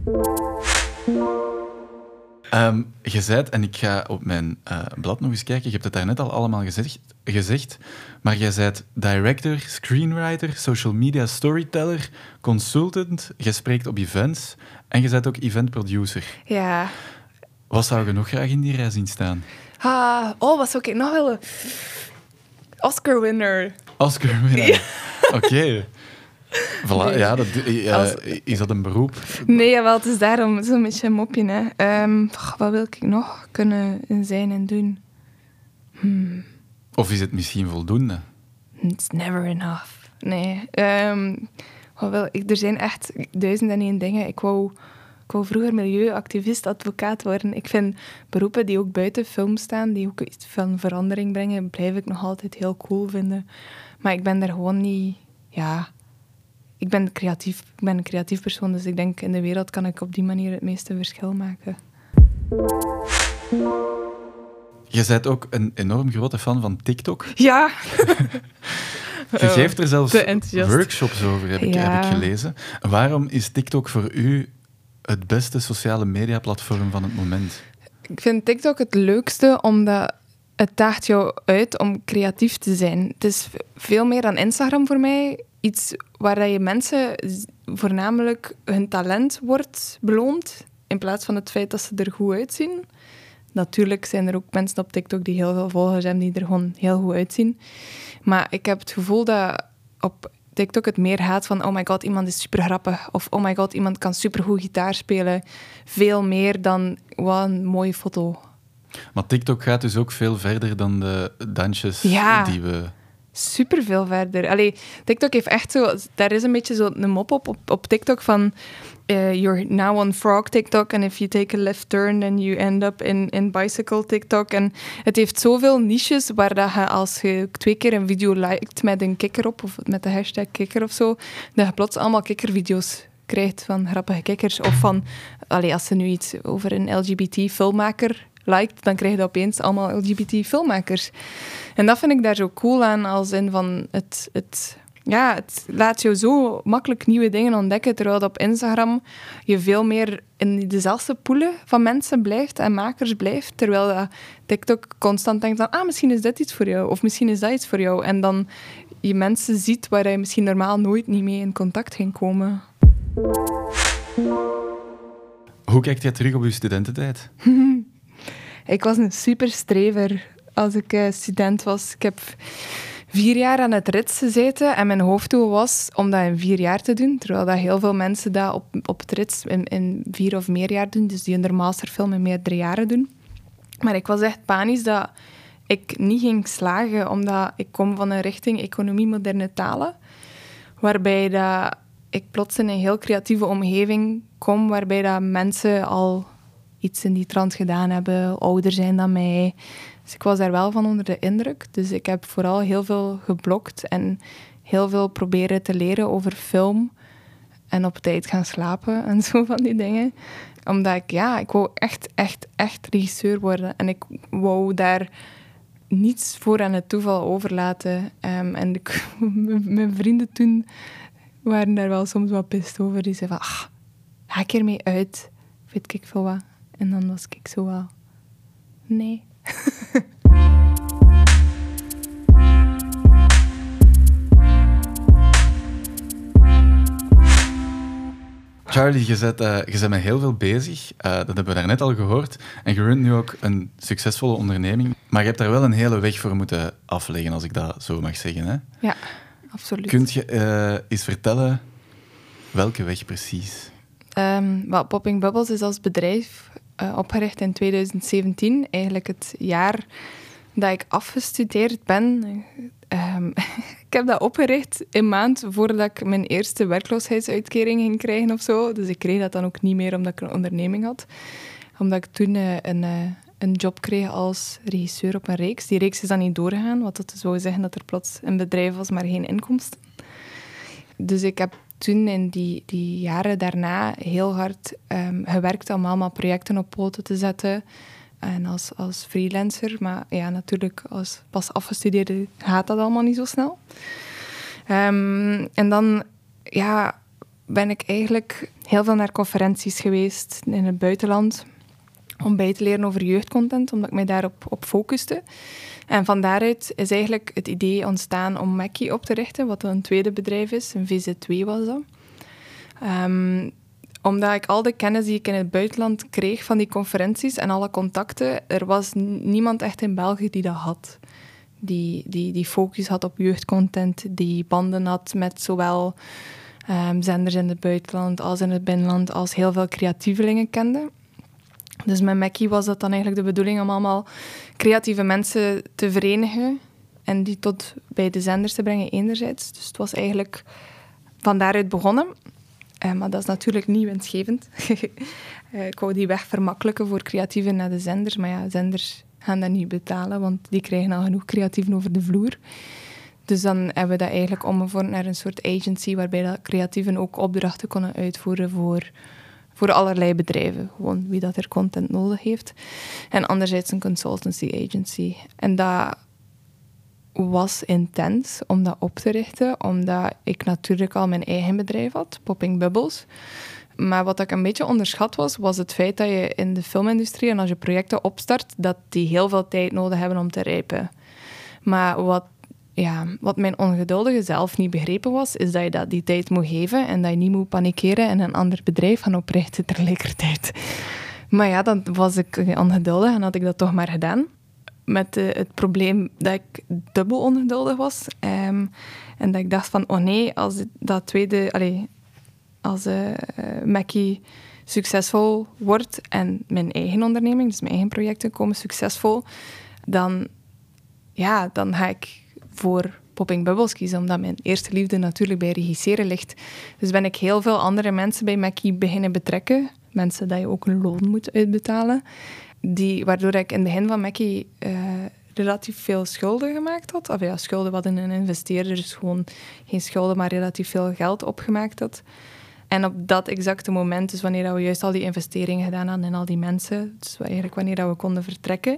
Um, je zei, en ik ga op mijn uh, blad nog eens kijken, je hebt het daarnet al allemaal gezegd, gezegd maar jij zei director, screenwriter, social media storyteller, consultant, je spreekt op events en je bent ook event producer. Ja. Wat zou je nog graag in die rij zien staan? Ah, oh, wat zou ik nog willen? Oscar-winner. Oscar-winner, ja. Oké. Okay. Voilà, nee. Ja, dat, uh, Als... is dat een beroep? Nee, jawel, het is daarom zo'n beetje een mopje. Hè. Um, wat wil ik nog kunnen zijn en doen? Hmm. Of is het misschien voldoende? It's never enough. Nee. Um, wat wil ik? Er zijn echt duizend en één dingen. Ik wou, ik wou vroeger milieuactivist, advocaat worden. Ik vind beroepen die ook buiten film staan, die ook iets van verandering brengen, blijf ik nog altijd heel cool vinden. Maar ik ben er gewoon niet... Ja, ik ben creatief. Ik ben een creatief persoon, dus ik denk in de wereld kan ik op die manier het meeste verschil maken. Je bent ook een enorm grote fan van TikTok. Ja. Je geeft er zelfs Te workshops over, heb ik, ja. heb ik gelezen. Waarom is TikTok voor u het beste sociale mediaplatform van het moment? Ik vind TikTok het leukste, omdat het daagt jou uit om creatief te zijn. Het is veel meer dan Instagram voor mij. Iets waar je mensen voornamelijk hun talent wordt beloond, in plaats van het feit dat ze er goed uitzien. Natuurlijk zijn er ook mensen op TikTok die heel veel volgers hebben, die er gewoon heel goed uitzien. Maar ik heb het gevoel dat op TikTok het meer gaat van oh my god, iemand is super grappig. Of oh my god, iemand kan supergoed gitaar spelen. Veel meer dan wat een mooie foto. Maar TikTok gaat dus ook veel verder dan de dansjes ja. die we... Super veel verder. Allee, TikTok heeft echt zo... Daar is een beetje zo een mop op, op, op TikTok van... Uh, you're now on frog TikTok and if you take a left turn then you end up in, in bicycle TikTok. En het heeft zoveel niches waar dat je als je twee keer een video liked met een kikker op, of met de hashtag kikker of zo, dat je plots allemaal kikkervideo's krijgt van grappige kikkers. Of van... Allee, als ze nu iets over een L G B T-filmmaker... liked, dan krijg je opeens allemaal L G B T-filmmakers. En dat vind ik daar zo cool aan, als in van het, het, ja, het laat jou zo makkelijk nieuwe dingen ontdekken, terwijl dat op Instagram je veel meer in dezelfde poelen van mensen blijft en makers blijft, terwijl dat TikTok constant denkt van, ah, misschien is dit iets voor jou, of misschien is dat iets voor jou. En dan je mensen ziet waar je misschien normaal nooit niet mee in contact ging komen. Hoe kijkt jij terug op je studententijd? Ik was een superstrever als ik uh, student was. Ik heb vier jaar aan het rits gezeten en mijn hoofddoel was om dat in vier jaar te doen, terwijl dat heel veel mensen dat op, op het rits in, in vier of meer jaar doen, dus die hun masterfilm in meerdere jaren doen. Maar ik was echt panisch dat ik niet ging slagen, omdat ik kom van een richting economie moderne talen, waarbij dat ik plots in een heel creatieve omgeving kom, waarbij dat mensen al iets in die trant gedaan hebben, ouder zijn dan mij. Dus ik was daar wel van onder de indruk. Dus ik heb vooral heel veel geblokt en heel veel proberen te leren over film en op tijd gaan slapen en zo van die dingen. Omdat ik, ja, ik wou echt, echt, echt regisseur worden. En ik wou daar niets voor aan het toeval overlaten. Um, en ik, mijn vrienden toen waren daar wel soms wat pist over. Die zeiden van, ah, ga ik ermee uit? Weet ik veel wat. En dan was ik zo wel... Nee. Charlie, je bent, uh, je bent met heel veel bezig. Uh, dat hebben we daarnet al gehoord. En je runt nu ook een succesvolle onderneming. Maar je hebt daar wel een hele weg voor moeten afleggen, als ik dat zo mag zeggen. Hè? Ja, absoluut. Kunt je uh, eens vertellen welke weg precies? Um, well, Popping Bubbles is als bedrijf uh, opgericht in twintig zeventien. Eigenlijk het jaar dat ik afgestudeerd ben. Um, ik heb dat opgericht een maand voordat ik mijn eerste werkloosheidsuitkering ging krijgen of zo. Dus ik kreeg dat dan ook niet meer omdat ik een onderneming had. Omdat ik toen uh, een, uh, een job kreeg als regisseur op een reeks. Die reeks is dan niet doorgegaan, wat dat zou zeggen dat er plots een bedrijf was, maar geen inkomsten. Dus ik heb toen in die, die jaren daarna heel hard um, gewerkt om allemaal projecten op poten te zetten. En als, als freelancer, maar ja, natuurlijk als pas afgestudeerde gaat dat allemaal niet zo snel. Um, en dan ja, ben ik eigenlijk heel veel naar conferenties geweest in het buitenland om bij te leren over jeugdcontent, omdat ik mij daarop op focuste. En van daaruit is eigenlijk het idee ontstaan om Mackie op te richten, wat een tweede bedrijf is. Een V Z twee was dat. Um, omdat ik al de kennis die ik in het buitenland kreeg van die conferenties en alle contacten, er was n- niemand echt in België die dat had. Die, die, die focus had op jeugdcontent, die banden had met zowel um, zenders in het buitenland als in het binnenland, als heel veel creatievelingen kende. Dus met Mackie was dat dan eigenlijk de bedoeling om allemaal creatieve mensen te verenigen en die tot bij de zenders te brengen enerzijds. Dus het was eigenlijk van daaruit begonnen. Uh, maar dat is natuurlijk niet winstgevend. uh, ik wou die weg vermakkelijken voor creatieven naar de zenders. Maar ja, zenders gaan dat niet betalen, want die krijgen al genoeg creatieven over de vloer. Dus dan hebben we dat eigenlijk omgevormd naar een soort agency, waarbij dat creatieven ook opdrachten konden uitvoeren voor, voor allerlei bedrijven. Gewoon wie dat er content nodig heeft. En anderzijds een consultancy agency. En dat was intens om dat op te richten, omdat ik natuurlijk al mijn eigen bedrijf had, Popping Bubbles. Maar wat ik een beetje onderschat was, was het feit dat je in de filmindustrie, en als je projecten opstart, dat die heel veel tijd nodig hebben om te rijpen. Maar wat, ja, wat mijn ongeduldige zelf niet begrepen was, is dat je dat die tijd moet geven en dat je niet moet panikeren en een ander bedrijf gaan oprichten tegelijkertijd. Maar ja, dan was ik ongeduldig en had ik dat toch maar gedaan. Met uh, het probleem dat ik dubbel ongeduldig was. Um, en dat ik dacht van, oh nee, als dat tweede... Allee, als uh, Mackie succesvol wordt en mijn eigen onderneming, dus mijn eigen projecten komen succesvol, dan, ja, dan ga ik voor Popping Bubbles kiezen, omdat mijn eerste liefde natuurlijk bij regisseren ligt. Dus ben ik heel veel andere mensen bij Mackie beginnen betrekken. Mensen dat je ook een loon moet uitbetalen. Die, waardoor ik in het begin van Mackie uh, relatief veel schulden gemaakt had. Of ja, schulden wat in een investeerder, dus gewoon geen schulden, maar relatief veel geld opgemaakt had. En op dat exacte moment, dus wanneer we juist al die investeringen gedaan hadden en al die mensen, dus eigenlijk wanneer we konden vertrekken,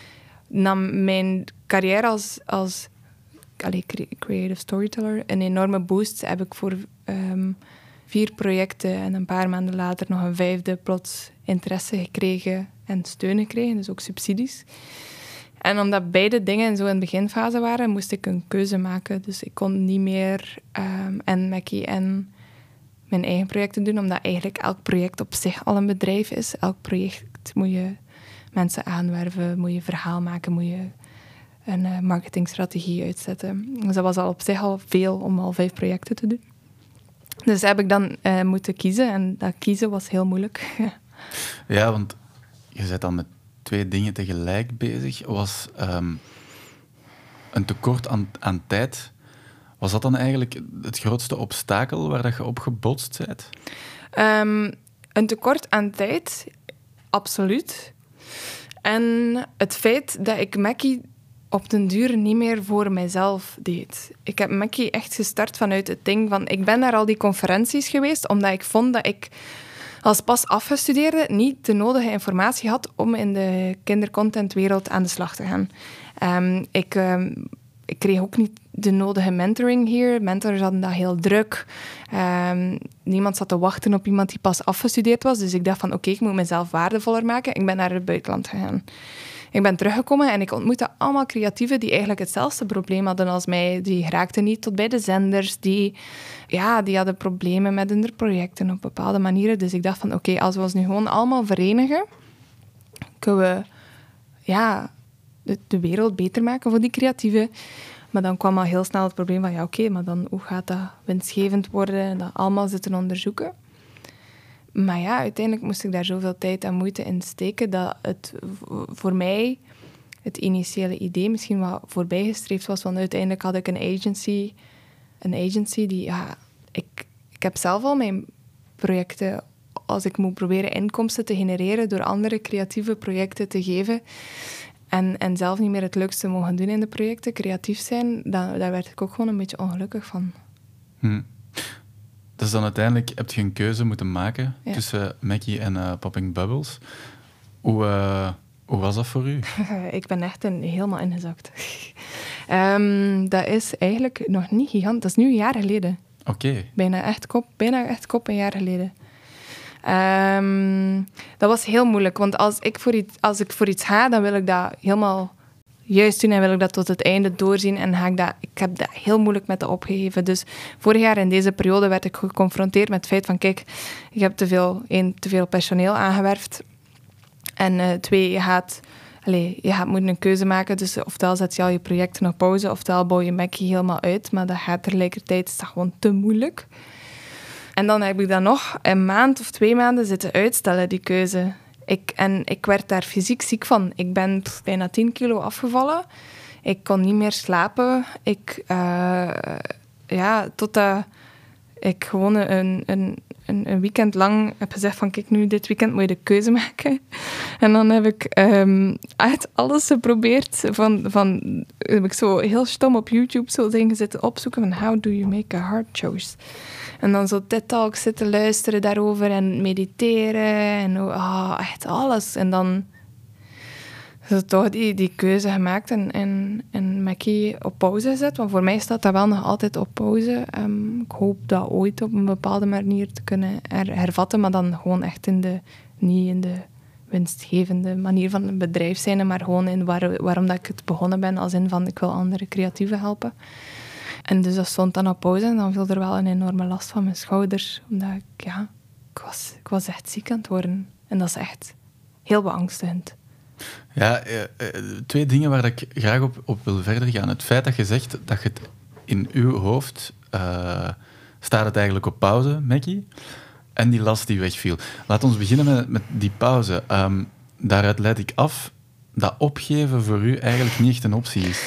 nam mijn carrière als, als allez, creative storyteller een enorme boost. Heb ik voor um, vier projecten en een paar maanden later nog een vijfde plots interesse gekregen en steun gekregen, dus ook subsidies. En omdat beide dingen zo in de beginfase waren, moest ik een keuze maken. Dus ik kon niet meer um, en Mackie en mijn eigen projecten doen, omdat eigenlijk elk project op zich al een bedrijf is. Elk project moet je mensen aanwerven, moet je verhaal maken, moet je een uh, marketingstrategie uitzetten. Dus dat was al op zich al veel om al vijf projecten te doen. Dus heb ik dan uh, moeten kiezen en dat kiezen was heel moeilijk. Ja, want je bent dan met twee dingen tegelijk bezig. Was um, een tekort aan, aan tijd... Was dat dan eigenlijk het grootste obstakel waar dat je op gebotst bent? Um, een tekort aan tijd, absoluut. En het feit dat ik Mackie op den duur niet meer voor mijzelf deed. Ik heb Mackie echt gestart vanuit het ding van... Ik ben naar al die conferenties geweest, omdat ik vond dat ik als pas afgestudeerde niet de nodige informatie had om in de kindercontentwereld aan de slag te gaan. Um, ik... Um, Ik kreeg ook niet de nodige mentoring hier. Mentors hadden dat heel druk. Um, niemand zat te wachten op iemand die pas afgestudeerd was. Dus ik dacht van, oké, okay, ik moet mezelf waardevoller maken. Ik ben naar het buitenland gegaan. Ik ben teruggekomen en ik ontmoette allemaal creatieven die eigenlijk hetzelfde probleem hadden als mij. Die raakten niet tot bij de zenders. Die, ja, die hadden problemen met hun projecten op bepaalde manieren. Dus ik dacht van, oké, okay, als we ons nu gewoon allemaal verenigen, kunnen we... ja, De, de wereld beter maken voor die creatieven. Maar dan kwam al heel snel het probleem van, ja oké, okay, maar dan hoe gaat dat winstgevend worden en dat allemaal zitten onderzoeken. Maar ja, uiteindelijk moest ik daar zoveel tijd en moeite in steken dat het voor mij het initiële idee misschien wat voorbijgestreefd was, want uiteindelijk had ik een agency, een agency die, ja, ik, ik heb zelf al mijn projecten, als ik moet proberen inkomsten te genereren door andere creatieve projecten te geven, En, en zelf niet meer het leukste mogen doen in de projecten, creatief zijn, dan, daar werd ik ook gewoon een beetje ongelukkig van. Hmm. Dus dan uiteindelijk heb je een keuze moeten maken ja. tussen Mackie en uh, Popping Bubbles. Hoe, uh, hoe was dat voor u? Ik ben echt een, helemaal ingezakt. um, dat is eigenlijk nog niet gigantisch. Dat is nu een jaar geleden. Oké. Okay. Bijna echt kop, bijna echt kop een jaar geleden. Um, dat was heel moeilijk, want als ik, voor iets, als ik voor iets ga, dan wil ik dat helemaal juist doen en wil ik dat tot het einde doorzien en ga ik dat... Ik heb dat heel moeilijk met dat opgegeven. Dus vorig jaar in deze periode werd ik geconfronteerd met het feit van, kijk, je hebt te veel, één, te veel personeel aangewerfd en uh, twee, je gaat... Allee, je gaat moeten een keuze maken, dus ofwel zet je al je projecten op pauze, ofwel bouw je Mackie helemaal uit, maar dat gaat tegelijkertijd, is dat gewoon te moeilijk. En dan heb ik dat nog een maand of twee maanden zitten uitstellen, die keuze. Ik, en ik werd daar fysiek ziek van. Ik ben pff, bijna tien kilo afgevallen. Ik kon niet meer slapen. Ik, uh, ja, totdat ik gewoon een, een, een, een weekend lang heb gezegd van kijk, nu dit weekend moet je de keuze maken. En dan heb ik um, echt alles geprobeerd. Van, van, heb ik zo heel stom op YouTube zo dingen zitten opzoeken van how do you make a hard choice? En dan zo TED-talks zitten luisteren daarover en mediteren en oh, echt alles. En dan is toch die, die keuze gemaakt en, en, en Mackie op pauze gezet. Want voor mij staat dat wel nog altijd op pauze. Um, ik hoop dat ooit op een bepaalde manier te kunnen her- hervatten, maar dan gewoon echt in de, niet in de winstgevende manier van een bedrijf zijn, maar gewoon in waar, waarom dat ik het begonnen ben, als in van ik wil andere creatieven helpen. En dus dat stond dan op pauze en dan viel er wel een enorme last van mijn schouders. Omdat ik, ja, ik was, ik was echt ziek aan het worden. En dat is echt heel beangstigend. Ja, eh, eh, twee dingen waar ik graag op, op wil verder gaan. Het feit dat je zegt dat je het in uw hoofd uh, staat het eigenlijk op pauze, Mackie. En die last die wegviel. Laat ons beginnen met, met die pauze. Um, daaruit leid ik af dat opgeven voor u eigenlijk niet echt een optie is.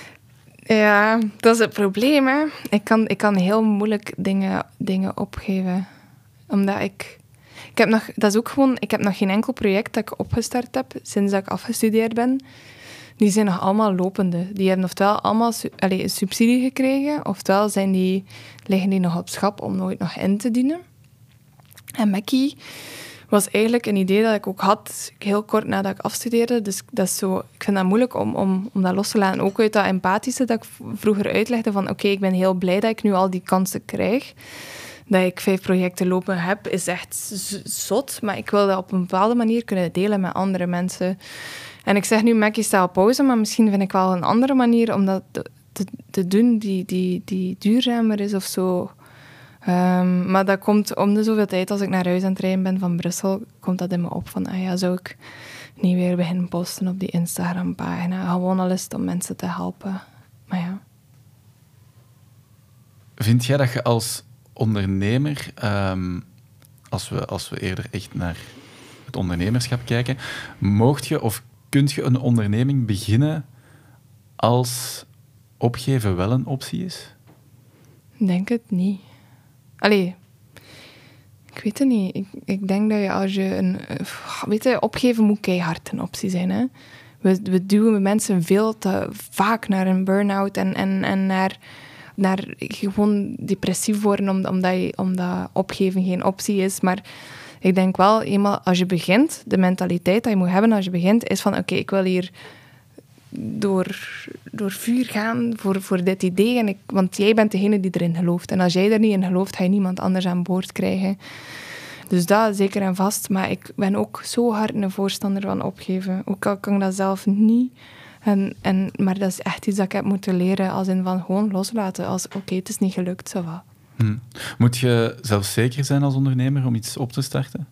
Ja, dat is het probleem, hè. Ik kan, ik kan heel moeilijk dingen, dingen opgeven. Omdat ik... Ik heb nog, dat is ook gewoon... Ik heb nog geen enkel project dat ik opgestart heb sinds dat ik afgestudeerd ben. Die zijn nog allemaal lopende. Die hebben oftewel allemaal su- allez, een subsidie gekregen, oftewel zijn die, liggen die nog op schap om nooit nog in te dienen. En Mackie was eigenlijk een idee dat ik ook had, heel kort nadat ik afstudeerde. Dus dat is zo, ik vind dat moeilijk om, om, om dat los te laten. Ook uit dat empathische dat ik vroeger uitlegde van oké, okay, ik ben heel blij dat ik nu al die kansen krijg. Dat ik vijf projecten lopen heb, is echt zot. Maar ik wil dat op een bepaalde manier kunnen delen met andere mensen. En ik zeg nu, Mackie staat op pauze, maar misschien vind ik wel een andere manier om dat te, te, te doen die, die, die duurzamer is of zo. Um, maar dat komt om de zoveel tijd, als ik naar huis aan het rijden ben van Brussel, komt dat in me op van, ah ja, zou ik niet weer beginnen posten op die Instagram-pagina. Gewoon al is het om mensen te helpen. Maar ja. Vind jij dat je als ondernemer, um, als, we, als we eerder echt naar het ondernemerschap kijken, moogt je of kunt je een onderneming beginnen als opgeven wel een optie is? Ik denk het niet. Allee, ik weet het niet. Ik, ik denk dat je als je een... Weet je, opgeven moet keihard een optie zijn, hè. We, we duwen mensen veel te vaak naar een burn-out en, en, en naar, naar gewoon depressief worden omdat, omdat, je, omdat opgeven geen optie is. Maar ik denk wel, eenmaal als je begint, de mentaliteit dat je moet hebben als je begint, is van oké, okay, ik wil hier door, door vuur gaan voor, voor dit idee. En ik, want jij bent degene die erin gelooft. En als jij er niet in gelooft, ga je niemand anders aan boord krijgen. Dus dat zeker en vast. Maar ik ben ook zo hard een voorstander van opgeven. Ook al kan ik dat zelf niet. En, en, maar dat is echt iets dat ik heb moeten leren. Als in van gewoon loslaten. Als oké, okay, het is niet gelukt, zo wat. Hm. Moet je zelfzeker zijn als ondernemer om iets op te starten?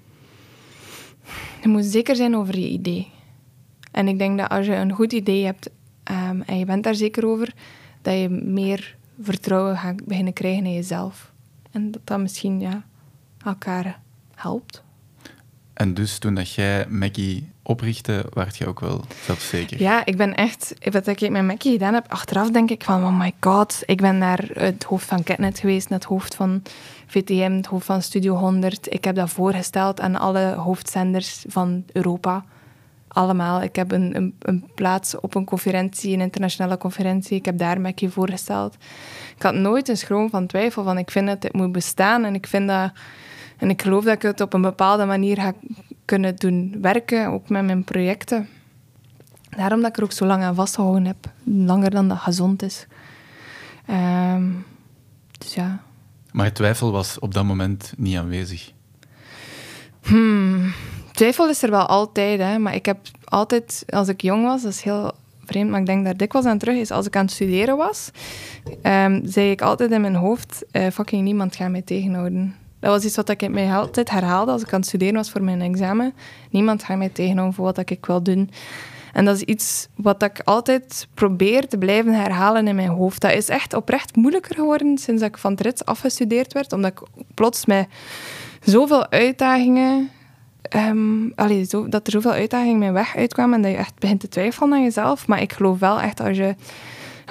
Je moet zeker zijn over je idee. En ik denk dat als je een goed idee hebt um, en je bent daar zeker over, dat je meer vertrouwen gaat beginnen krijgen in jezelf. En dat dat misschien ja, elkaar helpt. En dus toen dat jij Mackie oprichtte, werd je ook wel zelfzeker? Ja, ik ben echt... Wat ik met Mackie gedaan heb, achteraf denk ik van, oh my god, ik ben naar het hoofd van Ketnet geweest, naar het hoofd van V T M, het hoofd van Studio honderd. Ik heb dat voorgesteld aan alle hoofdzenders van Europa. Allemaal. Ik heb een, een, een plaats op een conferentie, een internationale conferentie. Ik heb daar Mackie voorgesteld. Ik had nooit een schroom van twijfel van, ik vind dat het moet bestaan en ik vind dat... En ik geloof dat ik het op een bepaalde manier ga kunnen doen werken, ook met mijn projecten. Daarom dat ik er ook zo lang aan vastgehouden heb. Langer dan dat gezond is. Um, dus ja. Maar twijfel was op dat moment niet aanwezig? Hmm. Twijfel is er wel altijd, hè. Maar ik heb altijd, als ik jong was, dat is heel vreemd, maar ik denk daar dikwijls aan terug, is als ik aan het studeren was, um, zei ik altijd in mijn hoofd, uh, fucking niemand gaat mij tegenhouden. Dat was iets wat ik mij altijd herhaalde als ik aan het studeren was voor mijn examen. Niemand gaat mij tegenhouden voor wat ik wil doen. En dat is iets wat ik altijd probeer te blijven herhalen in mijn hoofd. Dat is echt oprecht moeilijker geworden sinds dat ik van het rits afgestudeerd werd. Omdat ik plots met zoveel uitdagingen... Um, allee, zo, dat er zoveel uitdagingen mijn weg uitkwamen en dat je echt begint te twijfelen aan jezelf. Maar ik geloof wel echt, als je,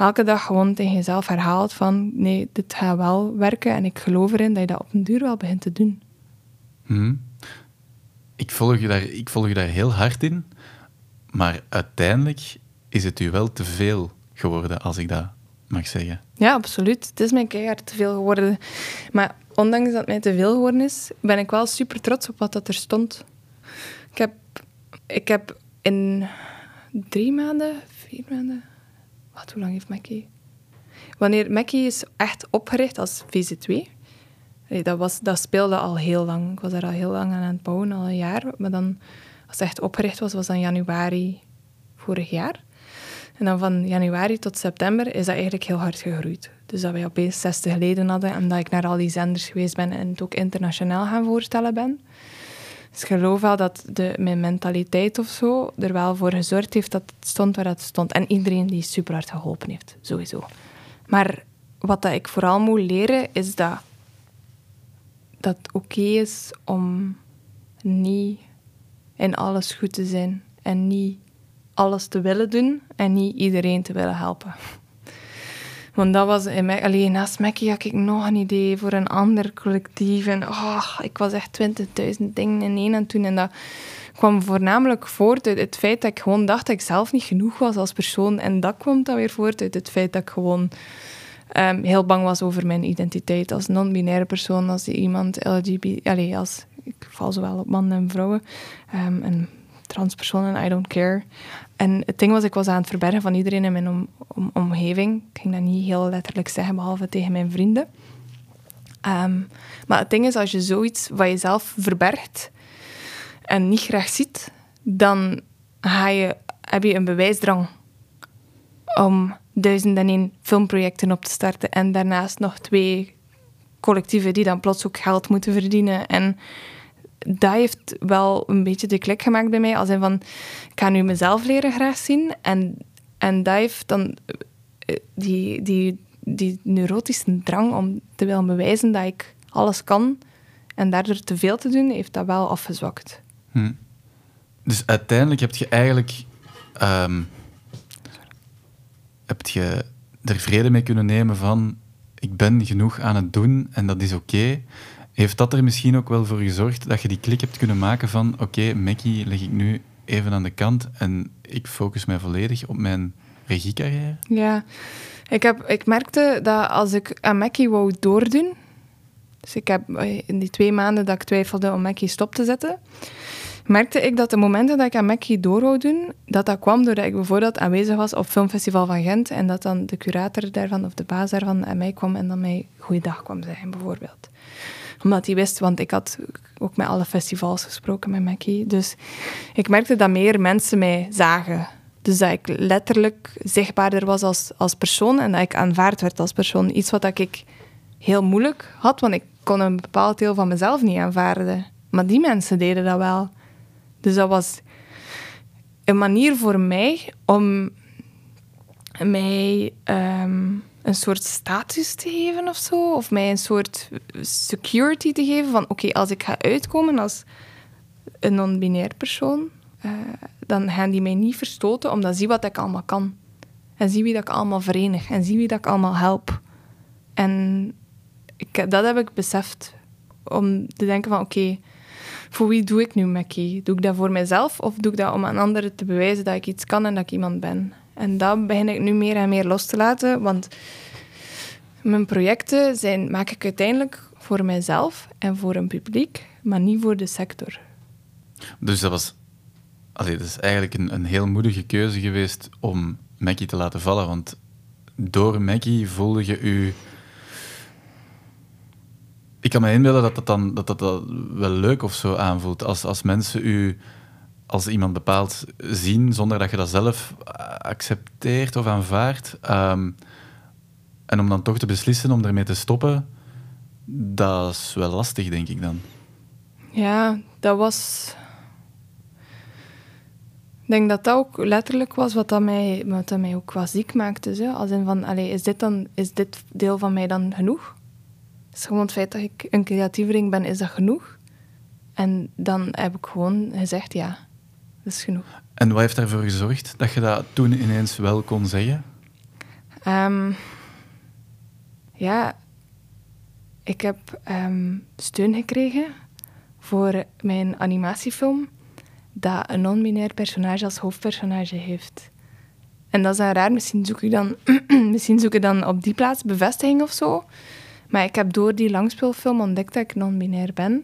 elke dag gewoon tegen jezelf herhaalt van nee, dit gaat wel werken en ik geloof erin dat je dat op een duur wel begint te doen. Hmm. Ik volg je daar, ik volg je daar heel hard in, maar uiteindelijk is het u wel te veel geworden, als ik dat mag zeggen. Ja, absoluut. Het is mij keihard te veel geworden. Maar ondanks dat het mij te veel geworden is, ben ik wel super trots op wat dat er stond. Ik heb, ik heb in drie maanden, vier maanden... Wat, hoe lang heeft Mackie? Wanneer Mackie is echt opgericht als V Z twee... Nee, dat, was, dat speelde al heel lang. Ik was daar al heel lang aan het bouwen, al een jaar. Maar dan, als het echt opgericht was, was dat januari vorig jaar. En dan van januari tot september is dat eigenlijk heel hard gegroeid. Dus dat wij opeens zestig leden hadden en dat ik naar al die zenders geweest ben en het ook internationaal gaan voorstellen ben. Dus ik geloof wel dat de, mijn mentaliteit of zo er wel voor gezorgd heeft dat het stond waar het stond. En iedereen die super hard geholpen heeft, sowieso. Maar wat dat ik vooral moet leren, is dat dat het oké is om niet in alles goed te zijn en niet alles te willen doen en niet iedereen te willen helpen. Want dat was... In mij, alleen naast Mackie had ik nog een idee voor een ander collectief. En oh, ik was echt twintigduizend dingen in één aan het doen. En dat kwam voornamelijk voort uit het feit dat ik gewoon dacht dat ik zelf niet genoeg was als persoon. En dat kwam dan weer voort uit het feit dat ik gewoon um, heel bang was over mijn identiteit als non-binaire persoon, als iemand L G B T... Allee, als, ik val zowel op mannen en vrouwen. Um, en transpersonen, I don't care. En het ding was, ik was aan het verbergen van iedereen in mijn om, om, omgeving. Ik ging dat niet heel letterlijk zeggen, behalve tegen mijn vrienden. Um, maar het ding is, als je zoiets van jezelf verbergt en niet graag ziet, dan ga je, heb je een bewijsdrang om duizend en één filmprojecten op te starten en daarnaast nog twee collectieven die dan plots ook geld moeten verdienen. En dat heeft wel een beetje de klik gemaakt bij mij. Als in van, ik ga nu mezelf leren graag zien. En, en dat heeft dan die, die, die neurotische drang om te willen bewijzen dat ik alles kan en daardoor te veel te doen, heeft dat wel afgezwakt. Hm. Dus uiteindelijk heb je eigenlijk... Um, heb je er vrede mee kunnen nemen van ik ben genoeg aan het doen en dat is oké. Okay. Heeft dat er misschien ook wel voor gezorgd dat je die klik hebt kunnen maken van oké, okay, Mackie leg ik nu even aan de kant en ik focus mij volledig op mijn regiecarrière? Ja, ik, heb, ik merkte dat als ik aan Mackie wou doordoen, dus ik heb in die twee maanden dat ik twijfelde om Mackie stop te zetten, merkte ik dat de momenten dat ik aan Mackie door wou doen, dat dat kwam doordat ik bijvoorbeeld aanwezig was op Filmfestival van Gent en dat dan de curator daarvan of de baas daarvan aan mij kwam en dan mij goeiedag kwam zeggen, bijvoorbeeld. Omdat hij wist, want ik had ook met alle festivals gesproken met Mackie. Dus ik merkte dat meer mensen mij zagen. Dus dat ik letterlijk zichtbaarder was als, als persoon en dat ik aanvaard werd als persoon. Iets wat ik heel moeilijk had, want ik kon een bepaald deel van mezelf niet aanvaarden. Maar die mensen deden dat wel. Dus dat was een manier voor mij om mij um, een soort status te geven of zo. Of mij een soort security te geven van oké, okay, als ik ga uitkomen als een non-binair persoon, uh, dan gaan die mij niet verstoten, omdat zie wat ik allemaal kan. En zie wie dat ik allemaal verenig. En zie wie dat ik allemaal help. En ik, dat heb ik beseft. Om te denken van oké, okay, voor wie doe ik nu Mackie? Doe ik dat voor mezelf of doe ik dat om aan anderen te bewijzen dat ik iets kan en dat ik iemand ben? En dat begin ik nu meer en meer los te laten, want mijn projecten zijn, maak ik uiteindelijk voor mijzelf en voor een publiek, maar niet voor de sector. Dus dat was... Allee, dat is eigenlijk een, een heel moedige keuze geweest om Mackie te laten vallen, want door Mackie voelde je u... Ik kan me inbeelden dat dat dan dat dat, dat wel leuk of zo aanvoelt, als, als mensen u als iemand bepaald zien, zonder dat je dat zelf accepteert of aanvaardt. Um, en om dan toch te beslissen om ermee te stoppen, dat is wel lastig, denk ik dan. Ja, dat was... Ik denk dat dat ook letterlijk was wat dat mij, wat dat mij ook wel ziek maakte. Zo. Als in van, allee, is dit dan, is dit deel van mij dan genoeg? Is gewoon het feit dat ik een creatieveling ben, is dat genoeg? En dan heb ik gewoon gezegd, ja, dat is genoeg. En wat heeft daarvoor gezorgd dat je dat toen ineens wel kon zeggen? Um, ja, ik heb um, steun gekregen voor mijn animatiefilm dat een non-binair personage als hoofdpersonage heeft. En dat is dan raar. Misschien zoek ik dan, misschien zoek ik dan op die plaats bevestiging of zo. Maar ik heb door die langspeelfilm ontdekt dat ik non-binair ben.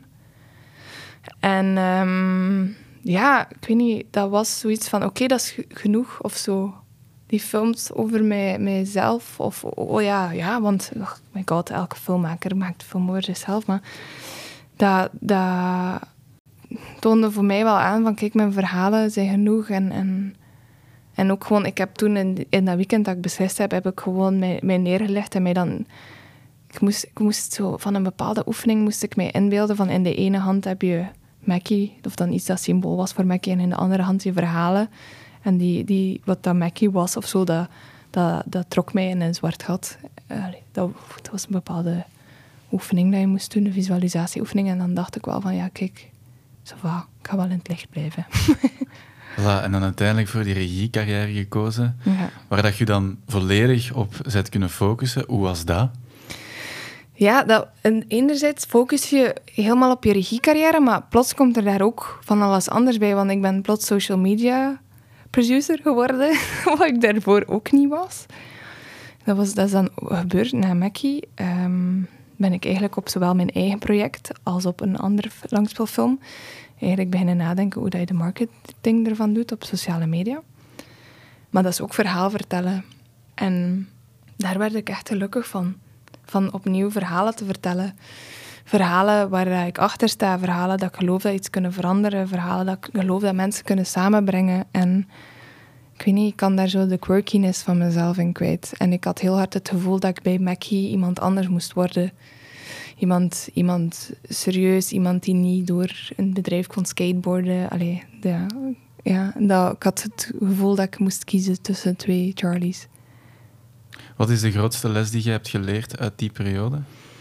En um, ja, ik weet niet, dat was zoiets van, oké, okay, dat is g- genoeg of zo. Die films over mij, mijzelf, of, oh ja, ja, want, oh my god, elke filmmaker maakt een film over zichzelf, maar dat, dat toonde voor mij wel aan van, kijk, mijn verhalen zijn genoeg en, en, en ook gewoon, ik heb toen in, in dat weekend dat ik beslist heb, heb ik gewoon mij, mij neergelegd en mij dan, ik moest, ik moest zo, van een bepaalde oefening moest ik mij inbeelden van in de ene hand heb je Mackie, of dan iets dat symbool was voor Mackie, en in de andere hand je verhalen. En die, die, wat dat Mackie was of zo, dat, dat, dat trok mij in een zwart gat. Uh, dat, dat was een bepaalde oefening dat je moest doen, een visualisatieoefening. En dan dacht ik wel van, ja, kijk, zo va, ik ga wel in het licht blijven. Voilà, en dan uiteindelijk voor die regiecarrière gekozen, Ja. Waar dat je dan volledig op bent kunnen focussen. Hoe was dat? Ja, dat, en enerzijds focus je helemaal op je regiecarrière, maar plots komt er daar ook van alles anders bij, want ik ben plots social media producer geworden, wat ik daarvoor ook niet was. Dat, was, dat is dan gebeurd na Mackie. Um, ben ik eigenlijk op zowel mijn eigen project als op een andere langspeelfilm eigenlijk beginnen nadenken hoe dat je de marketing ervan doet op sociale media. Maar dat is ook verhaal vertellen. En daar werd ik echt gelukkig van. Van opnieuw verhalen te vertellen. Verhalen waar ik achter sta. Verhalen dat ik geloof dat iets kunnen veranderen. Verhalen dat ik geloof dat mensen kunnen samenbrengen. En ik weet niet, ik kan daar zo de quirkiness van mezelf in kwijt. En ik had heel hard het gevoel dat ik bij Mackie iemand anders moest worden. Iemand, iemand serieus, iemand die niet door een bedrijf kon skateboarden. Allee, de, ja, dat, ik had het gevoel dat ik moest kiezen tussen twee Charlies. Wat is de grootste les die je hebt geleerd uit die periode?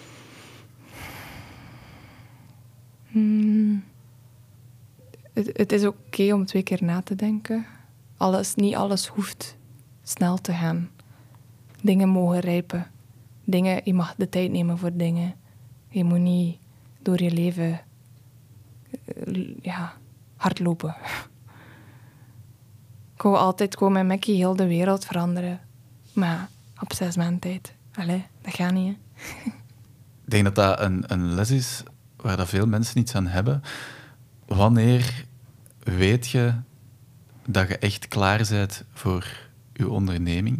Hmm. Het, het is ook oké om twee keer na te denken. Alles, niet alles hoeft snel te gaan. Dingen mogen rijpen. Dingen, je mag de tijd nemen voor dingen. Je moet niet door je leven ja, hardlopen. Ik wou altijd gewoon met Mackie heel de wereld veranderen. Maar op zes maanden tijd. Allee, dat gaat niet, hè. Ik denk dat dat een, een les is waar dat veel mensen iets aan hebben. Wanneer weet je dat je echt klaar bent voor je onderneming?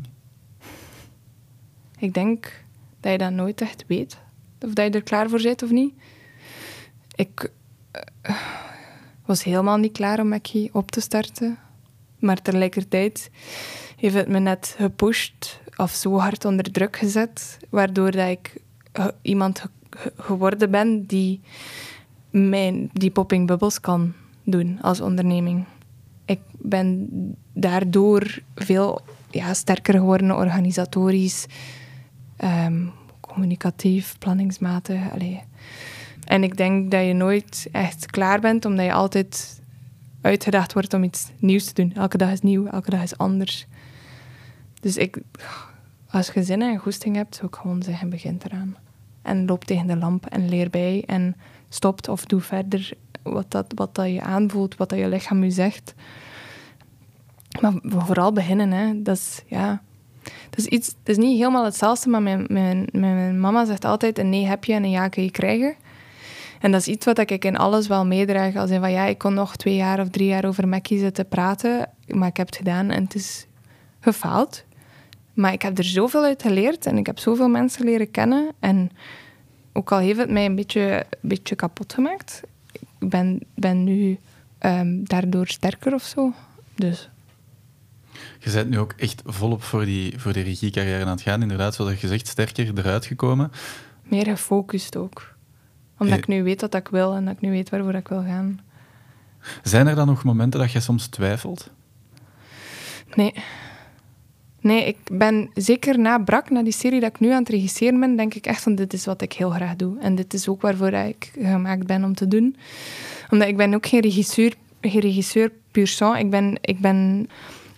Ik denk dat je dat nooit echt weet. Of dat je er klaar voor bent of niet. Ik uh, was helemaal niet klaar om Mackie op te starten. Maar tegelijkertijd heeft het me net gepusht of zo hard onder druk gezet, waardoor dat ik uh, iemand ge- geworden ben die, mijn, die Popping Bubbles kan doen als onderneming. Ik ben daardoor veel ja, sterker geworden, organisatorisch, um, communicatief, planningsmatig. Allee. En ik denk dat je nooit echt klaar bent, omdat je altijd uitgedaagd wordt om iets nieuws te doen. Elke dag is nieuw, elke dag is anders. Dus ik, als je zin en goesting hebt, zou ik gewoon zeggen, begin eraan. En loop tegen de lamp en leer bij en stopt of doe verder wat dat, wat dat je aanvoelt, wat dat je lichaam je zegt. Maar vooral beginnen, hè. Dat is, ja... Dat is, iets, het is niet helemaal hetzelfde, maar mijn, mijn, mijn mama zegt altijd, een nee heb je en een ja kun je krijgen. En dat is iets wat ik in alles wel meedraag. Als in van, ja, ik kon nog twee jaar of drie jaar over Mackie zitten praten, maar ik heb het gedaan en het is gefaald. Maar ik heb er zoveel uit geleerd en ik heb zoveel mensen leren kennen. En ook al heeft het mij een beetje, een beetje kapot gemaakt, ik ben, ben nu um, daardoor sterker of zo. Dus... Je bent nu ook echt volop voor die, voor die regiecarrière aan het gaan. Inderdaad, zoals je zegt, sterker eruit gekomen. Meer gefocust ook. Omdat hey. ik nu weet wat ik wil en dat ik nu weet waarvoor ik wil gaan. Zijn er dan nog momenten dat je soms twijfelt? Nee. Nee, ik ben zeker na Brak, na die serie dat ik nu aan het regisseren ben, denk ik echt van dit is wat ik heel graag doe. En dit is ook waarvoor ik gemaakt ben om te doen. Omdat ik ben ook geen regisseur, geen regisseur pur sang. Ik ben... Ik ben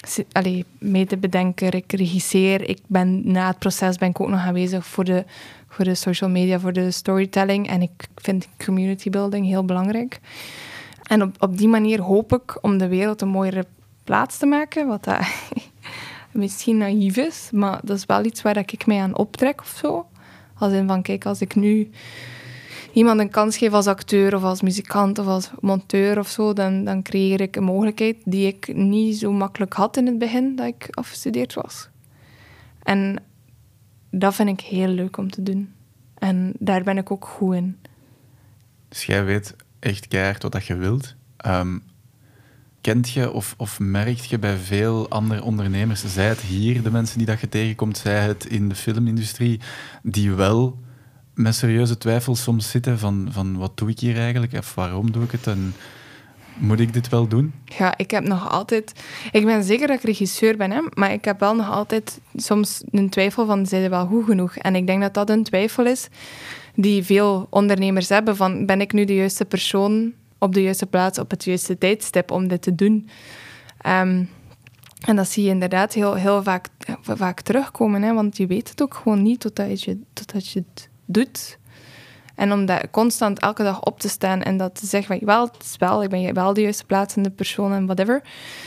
allee, medebedenker, ik regisseer. Ik ben, na het proces ben ik ook nog aanwezig voor de, voor de social media, voor de storytelling. En ik vind community building heel belangrijk. En op, op die manier hoop ik om de wereld een mooiere plaats te maken. Wat dat misschien naïef is, maar dat is wel iets waar ik mij aan optrek of zo. Als in van, kijk, als ik nu iemand een kans geef als acteur of als muzikant of als monteur of zo, dan, dan creëer ik een mogelijkheid die ik niet zo makkelijk had in het begin dat ik afgestudeerd was. En dat vind ik heel leuk om te doen. En daar ben ik ook goed in. Dus jij weet echt keihard wat dat je wilt. Um, kent je of, of merkt je bij veel andere ondernemers, zij het hier, de mensen die dat je tegenkomt, zij het in de filmindustrie, die wel met serieuze twijfels soms zitten van, van wat doe ik hier eigenlijk of waarom doe ik het en moet ik dit wel doen? Ja, ik heb nog altijd... Ik ben zeker dat ik regisseur ben, hè, maar ik heb wel nog altijd soms een twijfel van, zijn ze wel goed genoeg? En ik denk dat dat een twijfel is die veel ondernemers hebben van, ben ik nu de juiste persoon op de juiste plaats op het juiste tijdstip om dit te doen? Um, en dat zie je inderdaad heel, heel vaak, vaak terugkomen, hè, want je weet het ook gewoon niet totdat je, totdat je het doet. En om dat constant elke dag op te staan en dat te zeggen van, wel, het is wel, ik ben wel de juiste plaatsende persoon en whatever,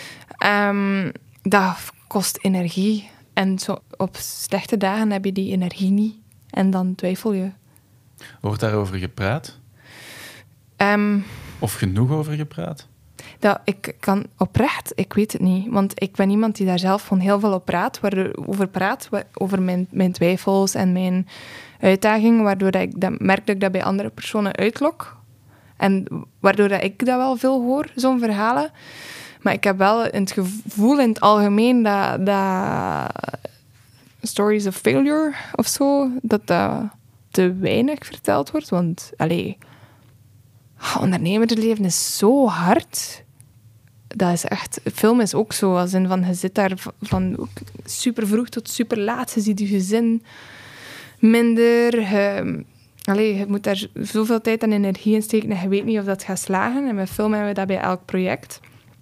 um, dat kost energie. En zo, op slechte dagen heb je die energie niet. En dan twijfel je. Wordt daarover gepraat? Um, of genoeg over gepraat? Dat, ik kan oprecht, ik weet het niet. Want ik ben iemand die daar zelf van heel veel op praat, waar, over praat, over mijn, mijn twijfels en mijn uitdagingen, waardoor dat ik dat, merk dat ik dat bij andere personen uitlok. En waardoor dat ik dat wel veel hoor, zo'n verhalen. Maar ik heb wel het gevoel in het algemeen dat, dat stories of failure of zo, dat dat te weinig verteld wordt. Want, allee, ondernemersleven is zo hard. Dat is echt... Film is ook zo. Als in van, je zit daar van super vroeg tot super laat. Je ziet je gezin minder. Je, allee, je moet daar zoveel tijd en energie in steken en je weet niet of dat gaat slagen. En met film hebben we dat bij elk project.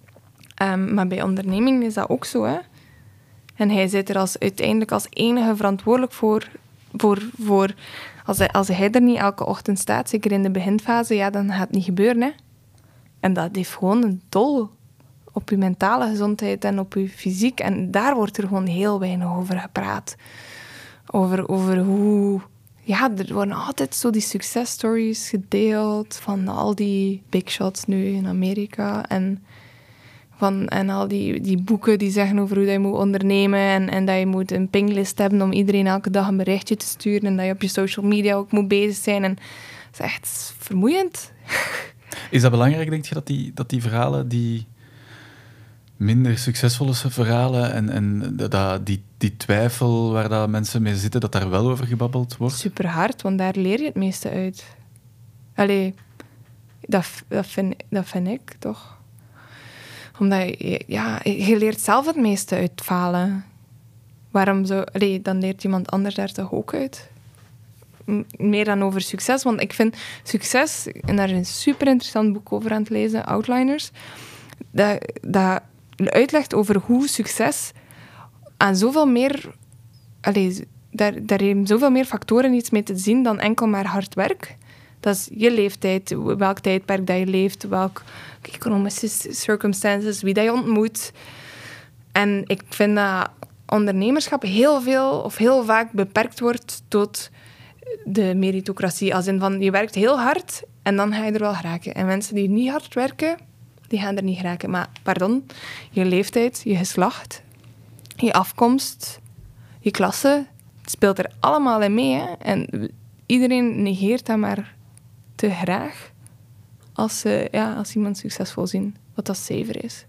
Um, maar bij onderneming is dat ook zo, hè. En hij zit er als, uiteindelijk als enige verantwoordelijk voor... voor, voor als, hij, als hij er niet elke ochtend staat, zeker in de beginfase, ja, dan gaat het niet gebeuren, hè. En dat heeft gewoon een tol op je mentale gezondheid en op je fysiek. En daar wordt er gewoon heel weinig over gepraat. Over, over hoe... Ja, er worden altijd zo die successtories gedeeld van al die big shots nu in Amerika. En, van, en al die, die boeken die zeggen over hoe dat je moet ondernemen. En, en dat je moet een pinglist hebben om iedereen elke dag een berichtje te sturen. En dat je op je social media ook moet bezig zijn. En dat is echt vermoeiend. Is dat belangrijk, denk je, dat die, dat die verhalen, die minder succesvolle verhalen en, en dat, die, die twijfel waar dat mensen mee zitten, dat daar wel over gebabbeld wordt? Super hard, want daar leer je het meeste uit. Allee, dat, dat, vind, dat vind ik toch. Omdat je, ja, je leert zelf het meeste uit falen. Waarom zo? Allee, dan leert iemand anders daar toch ook uit? Meer dan over succes, want ik vind succes, en daar is een super interessant boek over aan het lezen, Outliners, dat, dat uitlegt over hoe succes aan zoveel meer, allez, daar, daar hebben zoveel meer factoren iets mee te zien dan enkel maar hard werk. Dat is je leeftijd, welk tijdperk dat je leeft, welke economische circumstances, wie dat je ontmoet. En ik vind dat ondernemerschap heel veel of heel vaak beperkt wordt tot de meritocratie. Als in van, je werkt heel hard en dan ga je er wel geraken. En mensen die niet hard werken, die gaan er niet geraken. Maar, pardon, je leeftijd, je geslacht, je afkomst, je klasse, het speelt er allemaal in mee. Hè? En iedereen negeert dat maar te graag als, uh, ja, als iemand succesvol zien, wat dat zever is.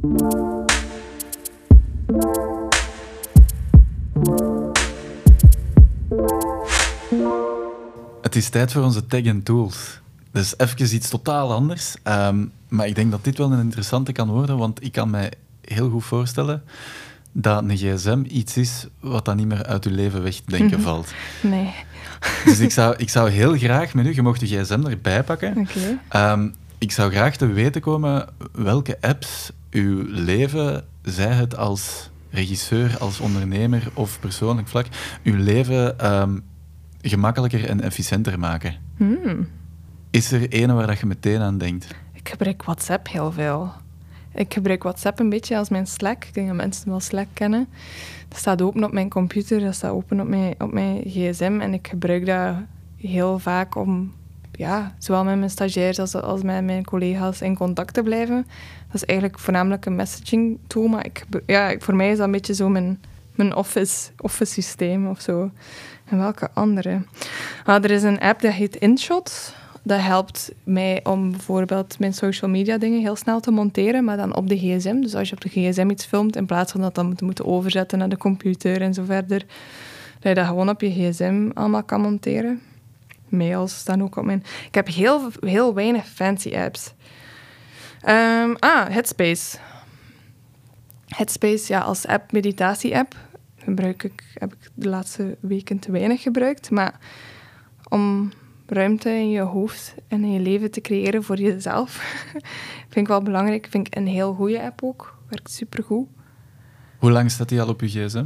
Het is tijd voor onze tech en tools. Dus even iets totaal anders. Um, maar ik denk dat dit wel een interessante kan worden, want ik kan mij heel goed voorstellen dat een gsm iets is wat dan niet meer uit je leven wegdenken mm-hmm. valt. Nee. Dus ik zou, ik zou heel graag met u, je mocht de gsm erbij pakken. Okay. Um, ik zou graag te weten komen welke apps uw leven zij het als regisseur, als ondernemer of persoonlijk vlak, uw leven um, gemakkelijker en efficiënter maken? Hmm. Is er ene waar dat je meteen aan denkt? Ik gebruik WhatsApp heel veel. Ik gebruik WhatsApp een beetje als mijn Slack. Ik denk dat mensen wel Slack kennen. Dat staat open op mijn computer, dat staat open op mijn, op mijn gsm. En ik gebruik dat heel vaak om, ja, zowel met mijn stagiairs als, als met mijn collega's in contact te blijven. Dat is eigenlijk voornamelijk een messaging tool, maar ik, ja, voor mij is dat een beetje zo mijn, mijn office, office systeem of zo. En welke andere? Ah, er is een app dat heet InShot. Dat helpt mij om bijvoorbeeld mijn social media dingen heel snel te monteren, maar dan op de gsm. Dus als je op de gsm iets filmt, in plaats van dat dan te moeten overzetten naar de computer en zo verder, dat je dat gewoon op je gsm allemaal kan monteren. Mails staan ook op mijn... Ik heb heel, heel weinig fancy apps. Um, ah, Headspace. Headspace, ja, als app, meditatie-app, gebruik ik, heb ik de laatste weken te weinig gebruikt. Maar om ruimte in je hoofd en in je leven te creëren voor jezelf, vind ik wel belangrijk. Vind ik een heel goede app ook. Werkt supergoed. Hoe lang staat die al op je gsm?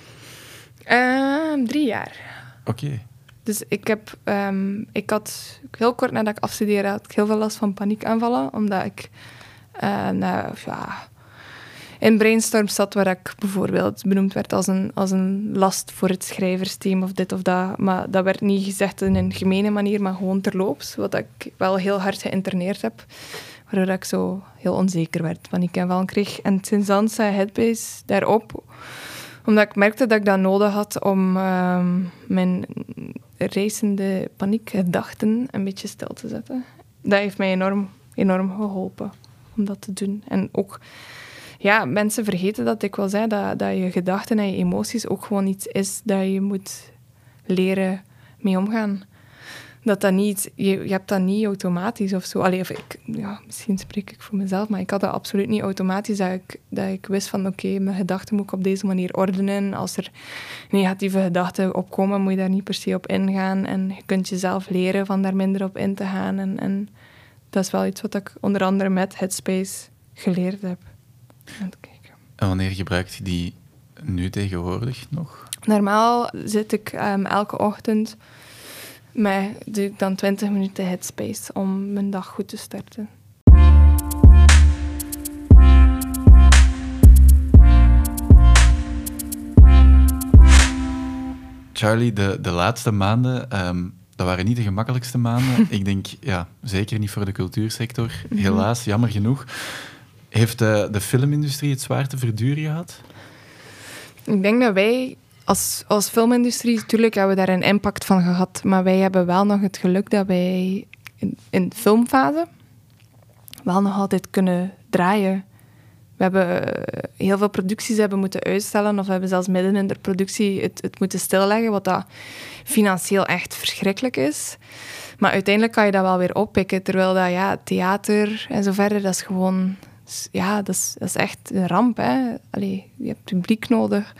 Uh, drie jaar. Oké. Okay. Dus ik heb... Um, ik had... Heel kort nadat ik afstudeerde had ik heel veel last van paniekaanvallen. Omdat ik... Uh, nou, ja... in brainstorms zat waar ik bijvoorbeeld benoemd werd als een, als een last voor het schrijversteam of dit of dat. Maar dat werd niet gezegd in een gemene manier, maar gewoon terloops. Wat ik wel heel hard geïnterneerd heb. Waardoor ik zo heel onzeker werd, paniekaanvallen kreeg. En sinds dan zei Headspace daarop, omdat ik merkte dat ik dat nodig had om uh, mijn racende paniekgedachten een beetje stil te zetten. Dat heeft mij enorm, enorm geholpen om dat te doen. En ook... Ja, mensen vergeten dat ik wel zei, dat, dat je gedachten en je emoties ook gewoon iets is dat je moet leren mee omgaan. Dat dat niet, je, je hebt dat niet automatisch of zo. Allee, of ik, ja, misschien spreek ik voor mezelf, maar ik had dat absoluut niet automatisch. Dat ik, dat ik wist van, oké, okay, mijn gedachten moet ik op deze manier ordenen. Als er negatieve gedachten opkomen, moet je daar niet per se op ingaan. En je kunt jezelf leren van daar minder op in te gaan. En, en dat is wel iets wat ik onder andere met Headspace geleerd heb. En wanneer gebruikt je die nu tegenwoordig nog? Normaal zit ik um, elke ochtend met doe ik dan twintig minuten Headspace om mijn dag goed te starten. Charlie, de, de laatste maanden, um, dat waren niet de gemakkelijkste maanden. Ik denk, ja, zeker niet voor de cultuursector. Helaas, jammer genoeg. Heeft de, de filmindustrie het zwaar te verduren gehad? Ik denk dat wij als, als filmindustrie, natuurlijk hebben we daar een impact van gehad, maar wij hebben wel nog het geluk dat wij in, in de filmfase wel nog altijd kunnen draaien. We hebben heel veel producties hebben moeten uitstellen of we hebben zelfs midden in de productie het, het moeten stilleggen, wat dat financieel echt verschrikkelijk is. Maar uiteindelijk kan je dat wel weer oppikken, terwijl dat, ja, theater en zo verder, dat is gewoon... Ja, dat is, dat is echt een ramp, hè. Allee, je hebt publiek nodig.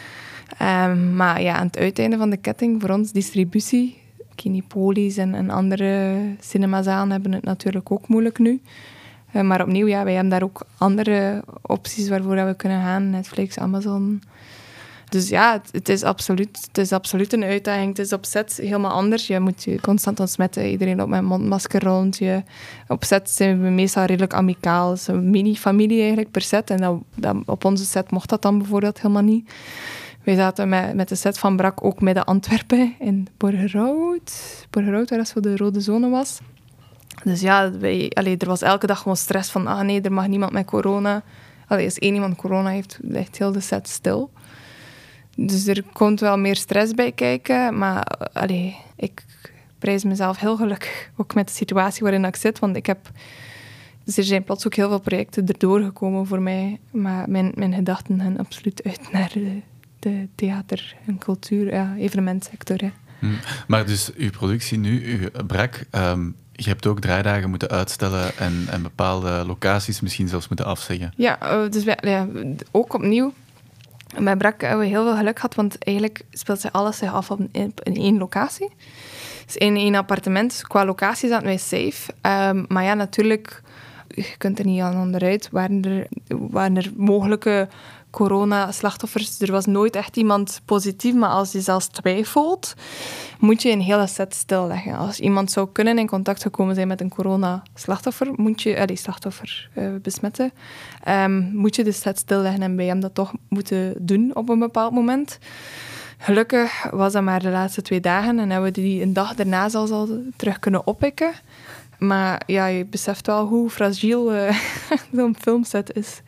Um, maar ja, aan het uiteinde van de ketting, voor ons distributie, Kinepolis en, en andere cinemazalen hebben het natuurlijk ook moeilijk nu. Uh, maar opnieuw, ja, wij hebben daar ook andere opties waarvoor we kunnen gaan. Netflix, Amazon. Dus ja, het, het, is absoluut, het is absoluut een uitdaging. Het is op set helemaal anders. Je moet je constant ontsmetten. Iedereen loopt met een mondmasker rond. Je, op set zijn we meestal redelijk amicaal. Het is een mini-familie eigenlijk per set. En dat, dat, op onze set mocht dat dan bijvoorbeeld helemaal niet. Wij zaten met, met de set van Brak ook midden Antwerpen in Borgerhout. Borgerhout, waar dat zo de rode zone was. Dus ja, wij, allee, er was elke dag gewoon stress van ah nee, er mag niemand met corona. Allee, als één iemand corona heeft, ligt heel de set stil. Dus er komt wel meer stress bij kijken. Maar allee, ik prijs mezelf heel gelukkig. Ook met de situatie waarin ik zit. Want ik heb... Dus er zijn plots ook heel veel projecten erdoor gekomen voor mij. Maar mijn, mijn gedachten gaan absoluut uit naar de, de theater- en cultuur, ja, evenementsector. Ja. Hmm. Maar dus uw productie nu, uw Brak... Um, je hebt ook draaidagen moeten uitstellen en, en bepaalde locaties misschien zelfs moeten afzeggen. Ja, dus wij, ja, ook opnieuw. Bij Brak hebben we heel veel geluk gehad, want eigenlijk speelt zich alles zich af op in, in één locatie. Dus in één appartement. Qua locatie zaten wij safe. Um, maar ja, natuurlijk, je kunt er niet aan onderuit. Waren er, waren er mogelijke corona-slachtoffers? Er was nooit echt iemand positief, maar als je zelfs twijfelt, moet je een hele set stilleggen. Als iemand zou kunnen in contact gekomen zijn met een corona-slachtoffer, moet je, allee, slachtoffer uh, besmetten, um, moet je de set stilleggen en bij hem dat toch moeten doen op een bepaald moment. Gelukkig was dat maar de laatste twee dagen en hebben we die een dag daarna zelfs al terug kunnen oppikken. Maar ja, je beseft wel hoe fragiel uh, zo'n filmset is.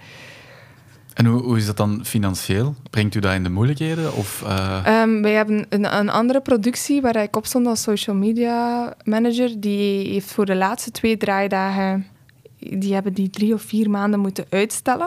En hoe, hoe is dat dan financieel? Brengt u dat in de moeilijkheden? Of, uh... um, wij hebben een, een andere productie waar ik op stond als social media manager. Die heeft voor de laatste twee draaidagen, die hebben die drie of vier maanden moeten uitstellen.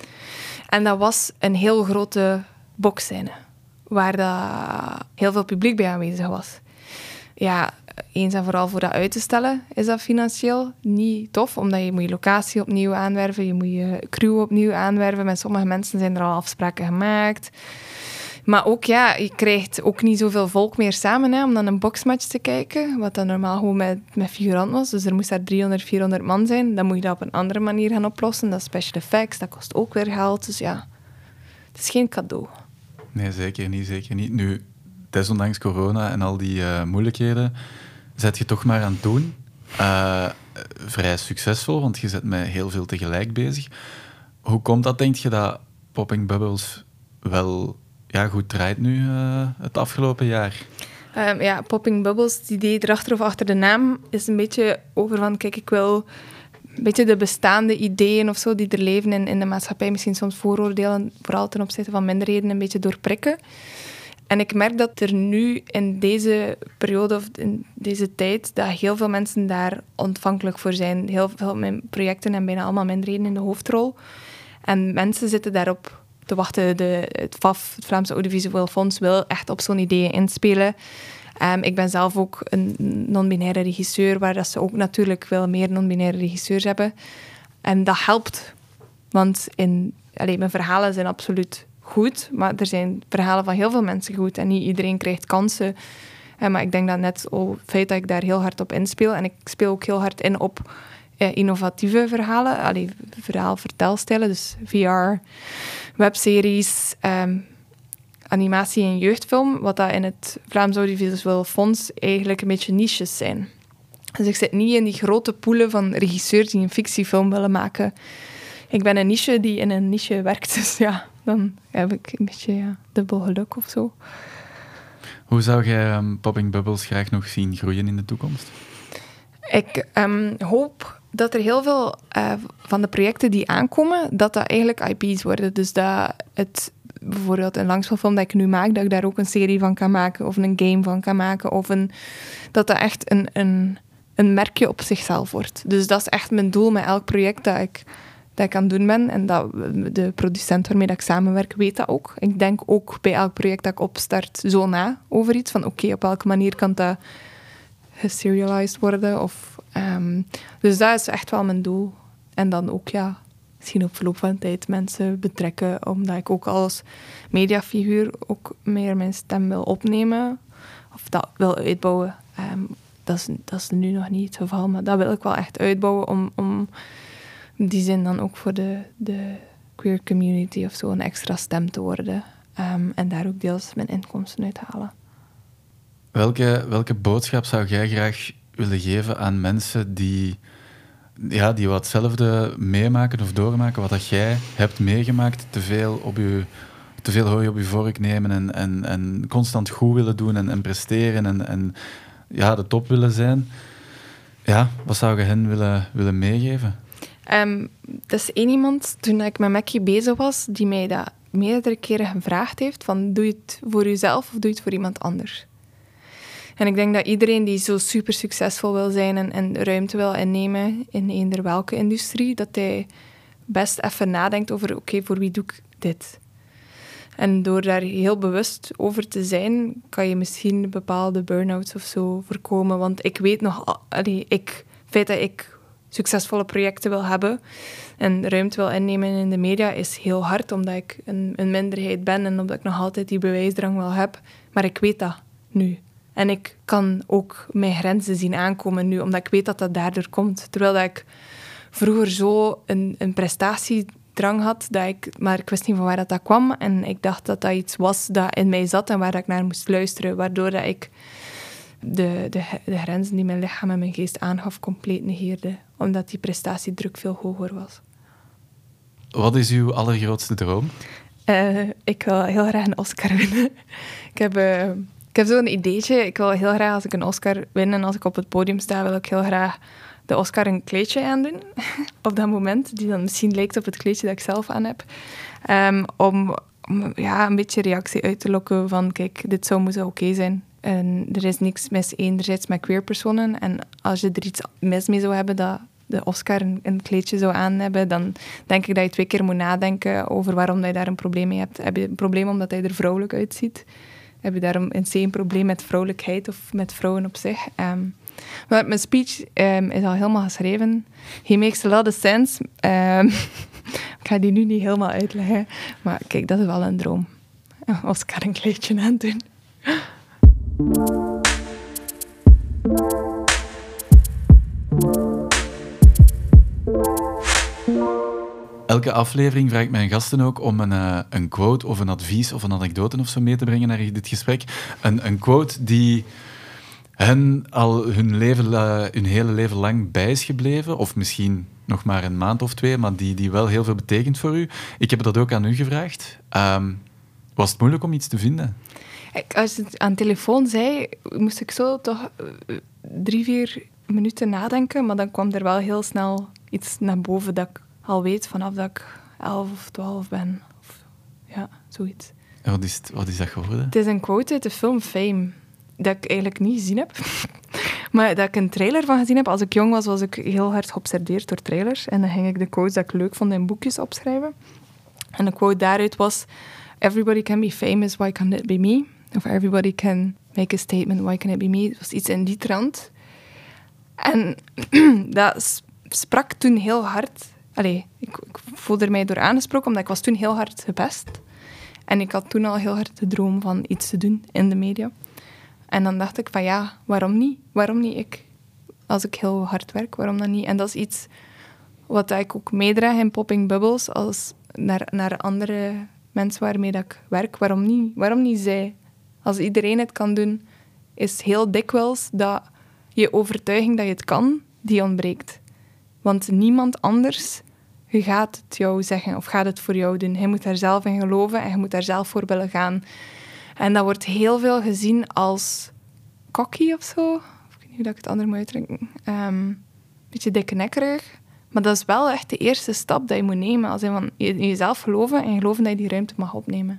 En dat was een heel grote boxscène, waar dat heel veel publiek bij aanwezig was. Ja, eens en vooral voor dat uit te stellen is dat financieel niet tof, omdat je moet je locatie opnieuw aanwerven, je moet je crew opnieuw aanwerven. Met sommige mensen zijn er al afspraken gemaakt. Maar ook, ja, je krijgt ook niet zoveel volk meer samen hè, om dan een boxmatch te kijken, wat dan normaal gewoon met, met figurant was. Dus er moest daar driehonderd, vierhonderd man zijn. Dan moet je dat op een andere manier gaan oplossen. Dat is special effects, dat kost ook weer geld. Dus ja, het is geen cadeau. Nee, zeker niet, zeker niet. Nu, desondanks corona en al die uh, moeilijkheden, zet je toch maar aan het doen. Uh, vrij succesvol, want je zet met heel veel tegelijk bezig. Hoe komt dat, denk je, dat Popping Bubbles wel ja, goed draait nu uh, het afgelopen jaar? Um, ja, Popping Bubbles, het idee erachter of achter de naam, is een beetje over van, kijk, ik wil een beetje de bestaande ideeën of zo die er leven in, in de maatschappij, misschien soms vooroordelen, vooral ten opzichte van minderheden, een beetje doorprikken. En ik merk dat er nu in deze periode of in deze tijd, dat heel veel mensen daar ontvankelijk voor zijn. Heel veel van mijn projecten hebben bijna allemaal minderheden in de hoofdrol. En mensen zitten daarop te wachten. De, het F A F, het Vlaamse Audiovisueel Fonds, wil echt op zo'n ideeën inspelen. Um, ik ben zelf ook een non-binaire regisseur, waar dat ze ook natuurlijk wel meer non-binaire regisseurs hebben. En dat helpt. Want in, allee, mijn verhalen zijn absoluut goed, maar er zijn verhalen van heel veel mensen goed en niet iedereen krijgt kansen. Uh, maar ik denk dat net oh, het feit dat ik daar heel hard op inspeel, en ik speel ook heel hard in op uh, innovatieve verhalen, allee, verhaal-vertelstijlen, dus V R, webseries, um, animatie en jeugdfilm, wat dat in het Vlaams Audiovisueel Fonds eigenlijk een beetje niches zijn. Dus ik zit niet in die grote poelen van regisseurs die een fictiefilm willen maken. Ik ben een niche die in een niche werkt, dus ja, dan heb ik een beetje ja, dubbel geluk of zo. Hoe zou jij um, Popping Bubbles graag nog zien groeien in de toekomst? Ik um, hoop dat er heel veel uh, van de projecten die aankomen, dat dat eigenlijk I P's worden. Dus dat het bijvoorbeeld een langspeelfilm dat ik nu maak, dat ik daar ook een serie van kan maken, of een game van kan maken, of een, dat dat echt een, een, een merkje op zichzelf wordt. Dus dat is echt mijn doel met elk project dat ik dat ik aan het doen ben. En dat de producent waarmee dat ik samenwerk weet dat ook. Ik denk ook bij elk project dat ik opstart zo na over iets. Van oké, okay, op welke manier kan dat geserialized worden? Of, um, dus dat is echt wel mijn doel. En dan ook, ja, misschien op verloop van tijd mensen betrekken. Omdat ik ook als mediafiguur ook meer mijn stem wil opnemen. Of dat wil uitbouwen. Um, dat, is, dat is nu nog niet het geval. Maar dat wil ik wel echt uitbouwen om... om in die zin dan ook voor de, de queer community of zo een extra stem te worden. Um, en daar ook deels mijn inkomsten uit halen. Welke, welke boodschap zou jij graag willen geven aan mensen die, ja, die wat hetzelfde meemaken of doormaken, wat dat jij hebt meegemaakt, te veel, op je, te veel hooi op je vork nemen en, en, en constant goed willen doen en, en presteren en, en ja, de top willen zijn. Ja, wat zou je hen willen, willen meegeven? Um, er is één iemand, toen ik met Mackie bezig was, die mij dat meerdere keren gevraagd heeft, van doe je het voor jezelf of doe je het voor iemand anders? En ik denk dat iedereen die zo super succesvol wil zijn en, en ruimte wil innemen in eender welke industrie, dat hij best even nadenkt over, oké, okay, voor wie doe ik dit? En door daar heel bewust over te zijn, kan je misschien bepaalde burn-outs of zo voorkomen. Want ik weet nog, allee, ik, het feit dat ik succesvolle projecten wil hebben en ruimte wil innemen in de media is heel hard, omdat ik een, een minderheid ben en omdat ik nog altijd die bewijsdrang wel heb. Maar ik weet dat nu. En ik kan ook mijn grenzen zien aankomen nu, omdat ik weet dat dat daardoor komt. Terwijl dat ik vroeger zo een, een prestatiedrang had, dat ik, maar ik wist niet van waar dat, dat kwam. En ik dacht dat dat iets was dat in mij zat en waar dat ik naar moest luisteren. Waardoor dat ik de, de, de grenzen die mijn lichaam en mijn geest aangaf compleet negeerde. Omdat die prestatiedruk veel hoger was. Wat is uw allergrootste droom? Uh, ik wil heel graag een Oscar winnen. ik heb, uh, ik heb zo'n ideetje. Ik wil heel graag, als ik een Oscar win en als ik op het podium sta, wil ik heel graag de Oscar een kleedje aandoen. op dat moment, die dan misschien lijkt op het kleedje dat ik zelf aan heb. Um, om om ja, een beetje reactie uit te lokken van, kijk, dit zou moeten oké okay zijn. En er is niks mis enerzijds met queer personen. En als je er iets mis mee zou hebben dat de Oscar een, een kleedje zou aan hebben, dan denk ik dat je twee keer moet nadenken over waarom dat je daar een probleem mee hebt. Heb je een probleem omdat hij er vrouwelijk uitziet? Heb je daarom in C een probleem met vrouwelijkheid of met vrouwen op zich? Um, maar mijn speech um, is al helemaal geschreven. He makes a lot of sense. Um, ik ga die nu niet helemaal uitleggen. Maar kijk, dat is wel een droom. Oscar een kleedje aandoen. Elke aflevering vraag ik mijn gasten ook om een, uh, een quote of een advies of een anekdote of zo mee te brengen naar dit gesprek. Een, een quote die hen al hun, leven, uh, hun hele leven lang bij is gebleven, of misschien nog maar een maand of twee, maar die, die wel heel veel betekent voor u. Ik heb dat ook aan u gevraagd. Um, was het moeilijk om iets te vinden? Ik, als je het aan de telefoon zei, moest ik zo toch uh, drie, vier minuten nadenken, maar dan kwam er wel heel snel iets naar boven dat ik al weet vanaf dat ik elf of twaalf ben. Of, ja, zoiets. En wat is, het, wat is dat geworden? Het is een quote uit de film Fame, dat ik eigenlijk niet gezien heb. maar dat ik een trailer van gezien heb. Als ik jong was, was ik heel hard geobsedeerd door trailers. En dan ging ik de quotes dat ik leuk vond in boekjes opschrijven. En de quote daaruit was: Everybody can be famous, why can't it be me? Of everybody can make a statement, why can't it be me? Het was iets in die trant. En dat sprak toen heel hard. Allee, ik, ik voelde er mij door aangesproken, omdat ik was toen heel hard gepest. En ik had toen al heel hard de droom van iets te doen in de media. En dan dacht ik van ja, waarom niet? Waarom niet ik? Als ik heel hard werk, waarom dan niet? En dat is iets wat ik ook meedraag in Popping Bubbles als naar, naar andere mensen waarmee dat ik werk. Waarom niet? Waarom niet zij? Als iedereen het kan doen, is heel dikwijls dat je overtuiging dat je het kan, die ontbreekt. Want niemand anders gaat het jou zeggen of gaat het voor jou doen. Je moet daar zelf in geloven en je moet daar zelf voor willen gaan. En dat wordt heel veel gezien als cocky of zo. Ik weet niet hoe ik het anders moet uitdrukken. Um, een beetje dikkenekkerig. Maar dat is wel echt de eerste stap dat je moet nemen. Als je van in jezelf geloven en geloven dat je die ruimte mag opnemen.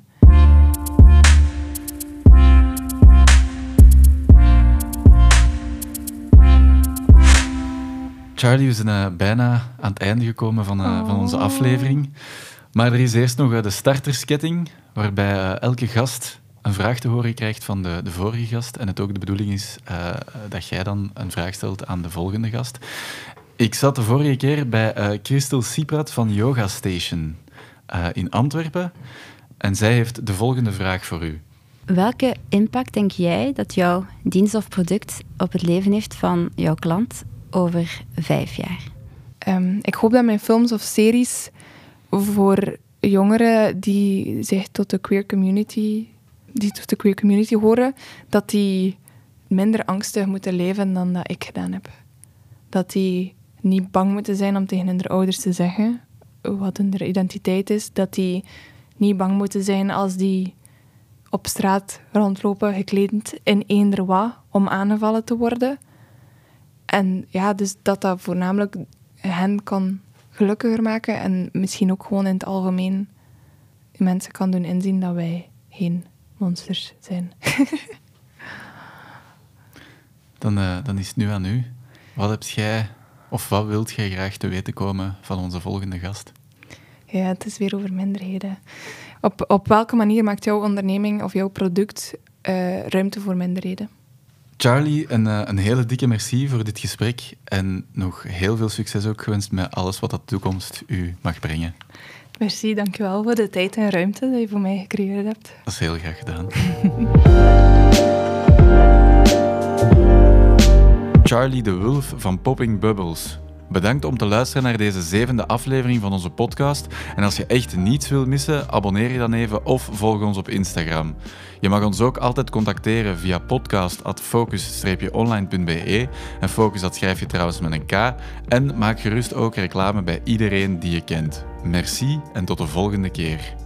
Charlie, we zijn uh, bijna aan het einde gekomen van, uh, oh. van onze aflevering. Maar er is eerst nog uh, de startersketting, waarbij uh, elke gast een vraag te horen krijgt van de, de vorige gast. En het ook de bedoeling is uh, dat jij dan een vraag stelt aan de volgende gast. Ik zat de vorige keer bij uh, Christel Sieprat van Yoga Station uh, in Antwerpen. En zij heeft de volgende vraag voor u. Welke impact denk jij dat jouw dienst of product op het leven heeft van jouw klant over vijf jaar? Um, ik hoop dat mijn films of series voor jongeren die zich tot de queer community, die tot de queer community horen, dat die minder angstig moeten leven dan dat ik gedaan heb. Dat die niet bang moeten zijn om tegen hun ouders te zeggen wat hun identiteit is. Dat die niet bang moeten zijn als die op straat rondlopen gekleed in eender wat om aangevallen te worden. En ja, dus dat dat voornamelijk hen kan gelukkiger maken en misschien ook gewoon in het algemeen mensen kan doen inzien dat wij geen monsters zijn. dan, uh, dan is het nu aan u. Wat heb jij, of wat wilt jij graag te weten komen van onze volgende gast? Ja, het is weer over minderheden. Op, op welke manier maakt jouw onderneming of jouw product uh, ruimte voor minderheden? Charlie, een, een hele dikke merci voor dit gesprek en nog heel veel succes ook gewenst met alles wat de toekomst u mag brengen. Merci, dankjewel voor de tijd en ruimte die je voor mij gecreëerd hebt. Dat is heel graag gedaan. Charlie de Wulf van Popping Bubbles. Bedankt om te luisteren naar deze zevende aflevering van onze podcast. En als je echt niets wil missen, abonneer je dan even of volg ons op Instagram. Je mag ons ook altijd contacteren via podcast at focus online punt b e. En focus, dat schrijf je trouwens met een K. En maak gerust ook reclame bij iedereen die je kent. Merci en tot de volgende keer.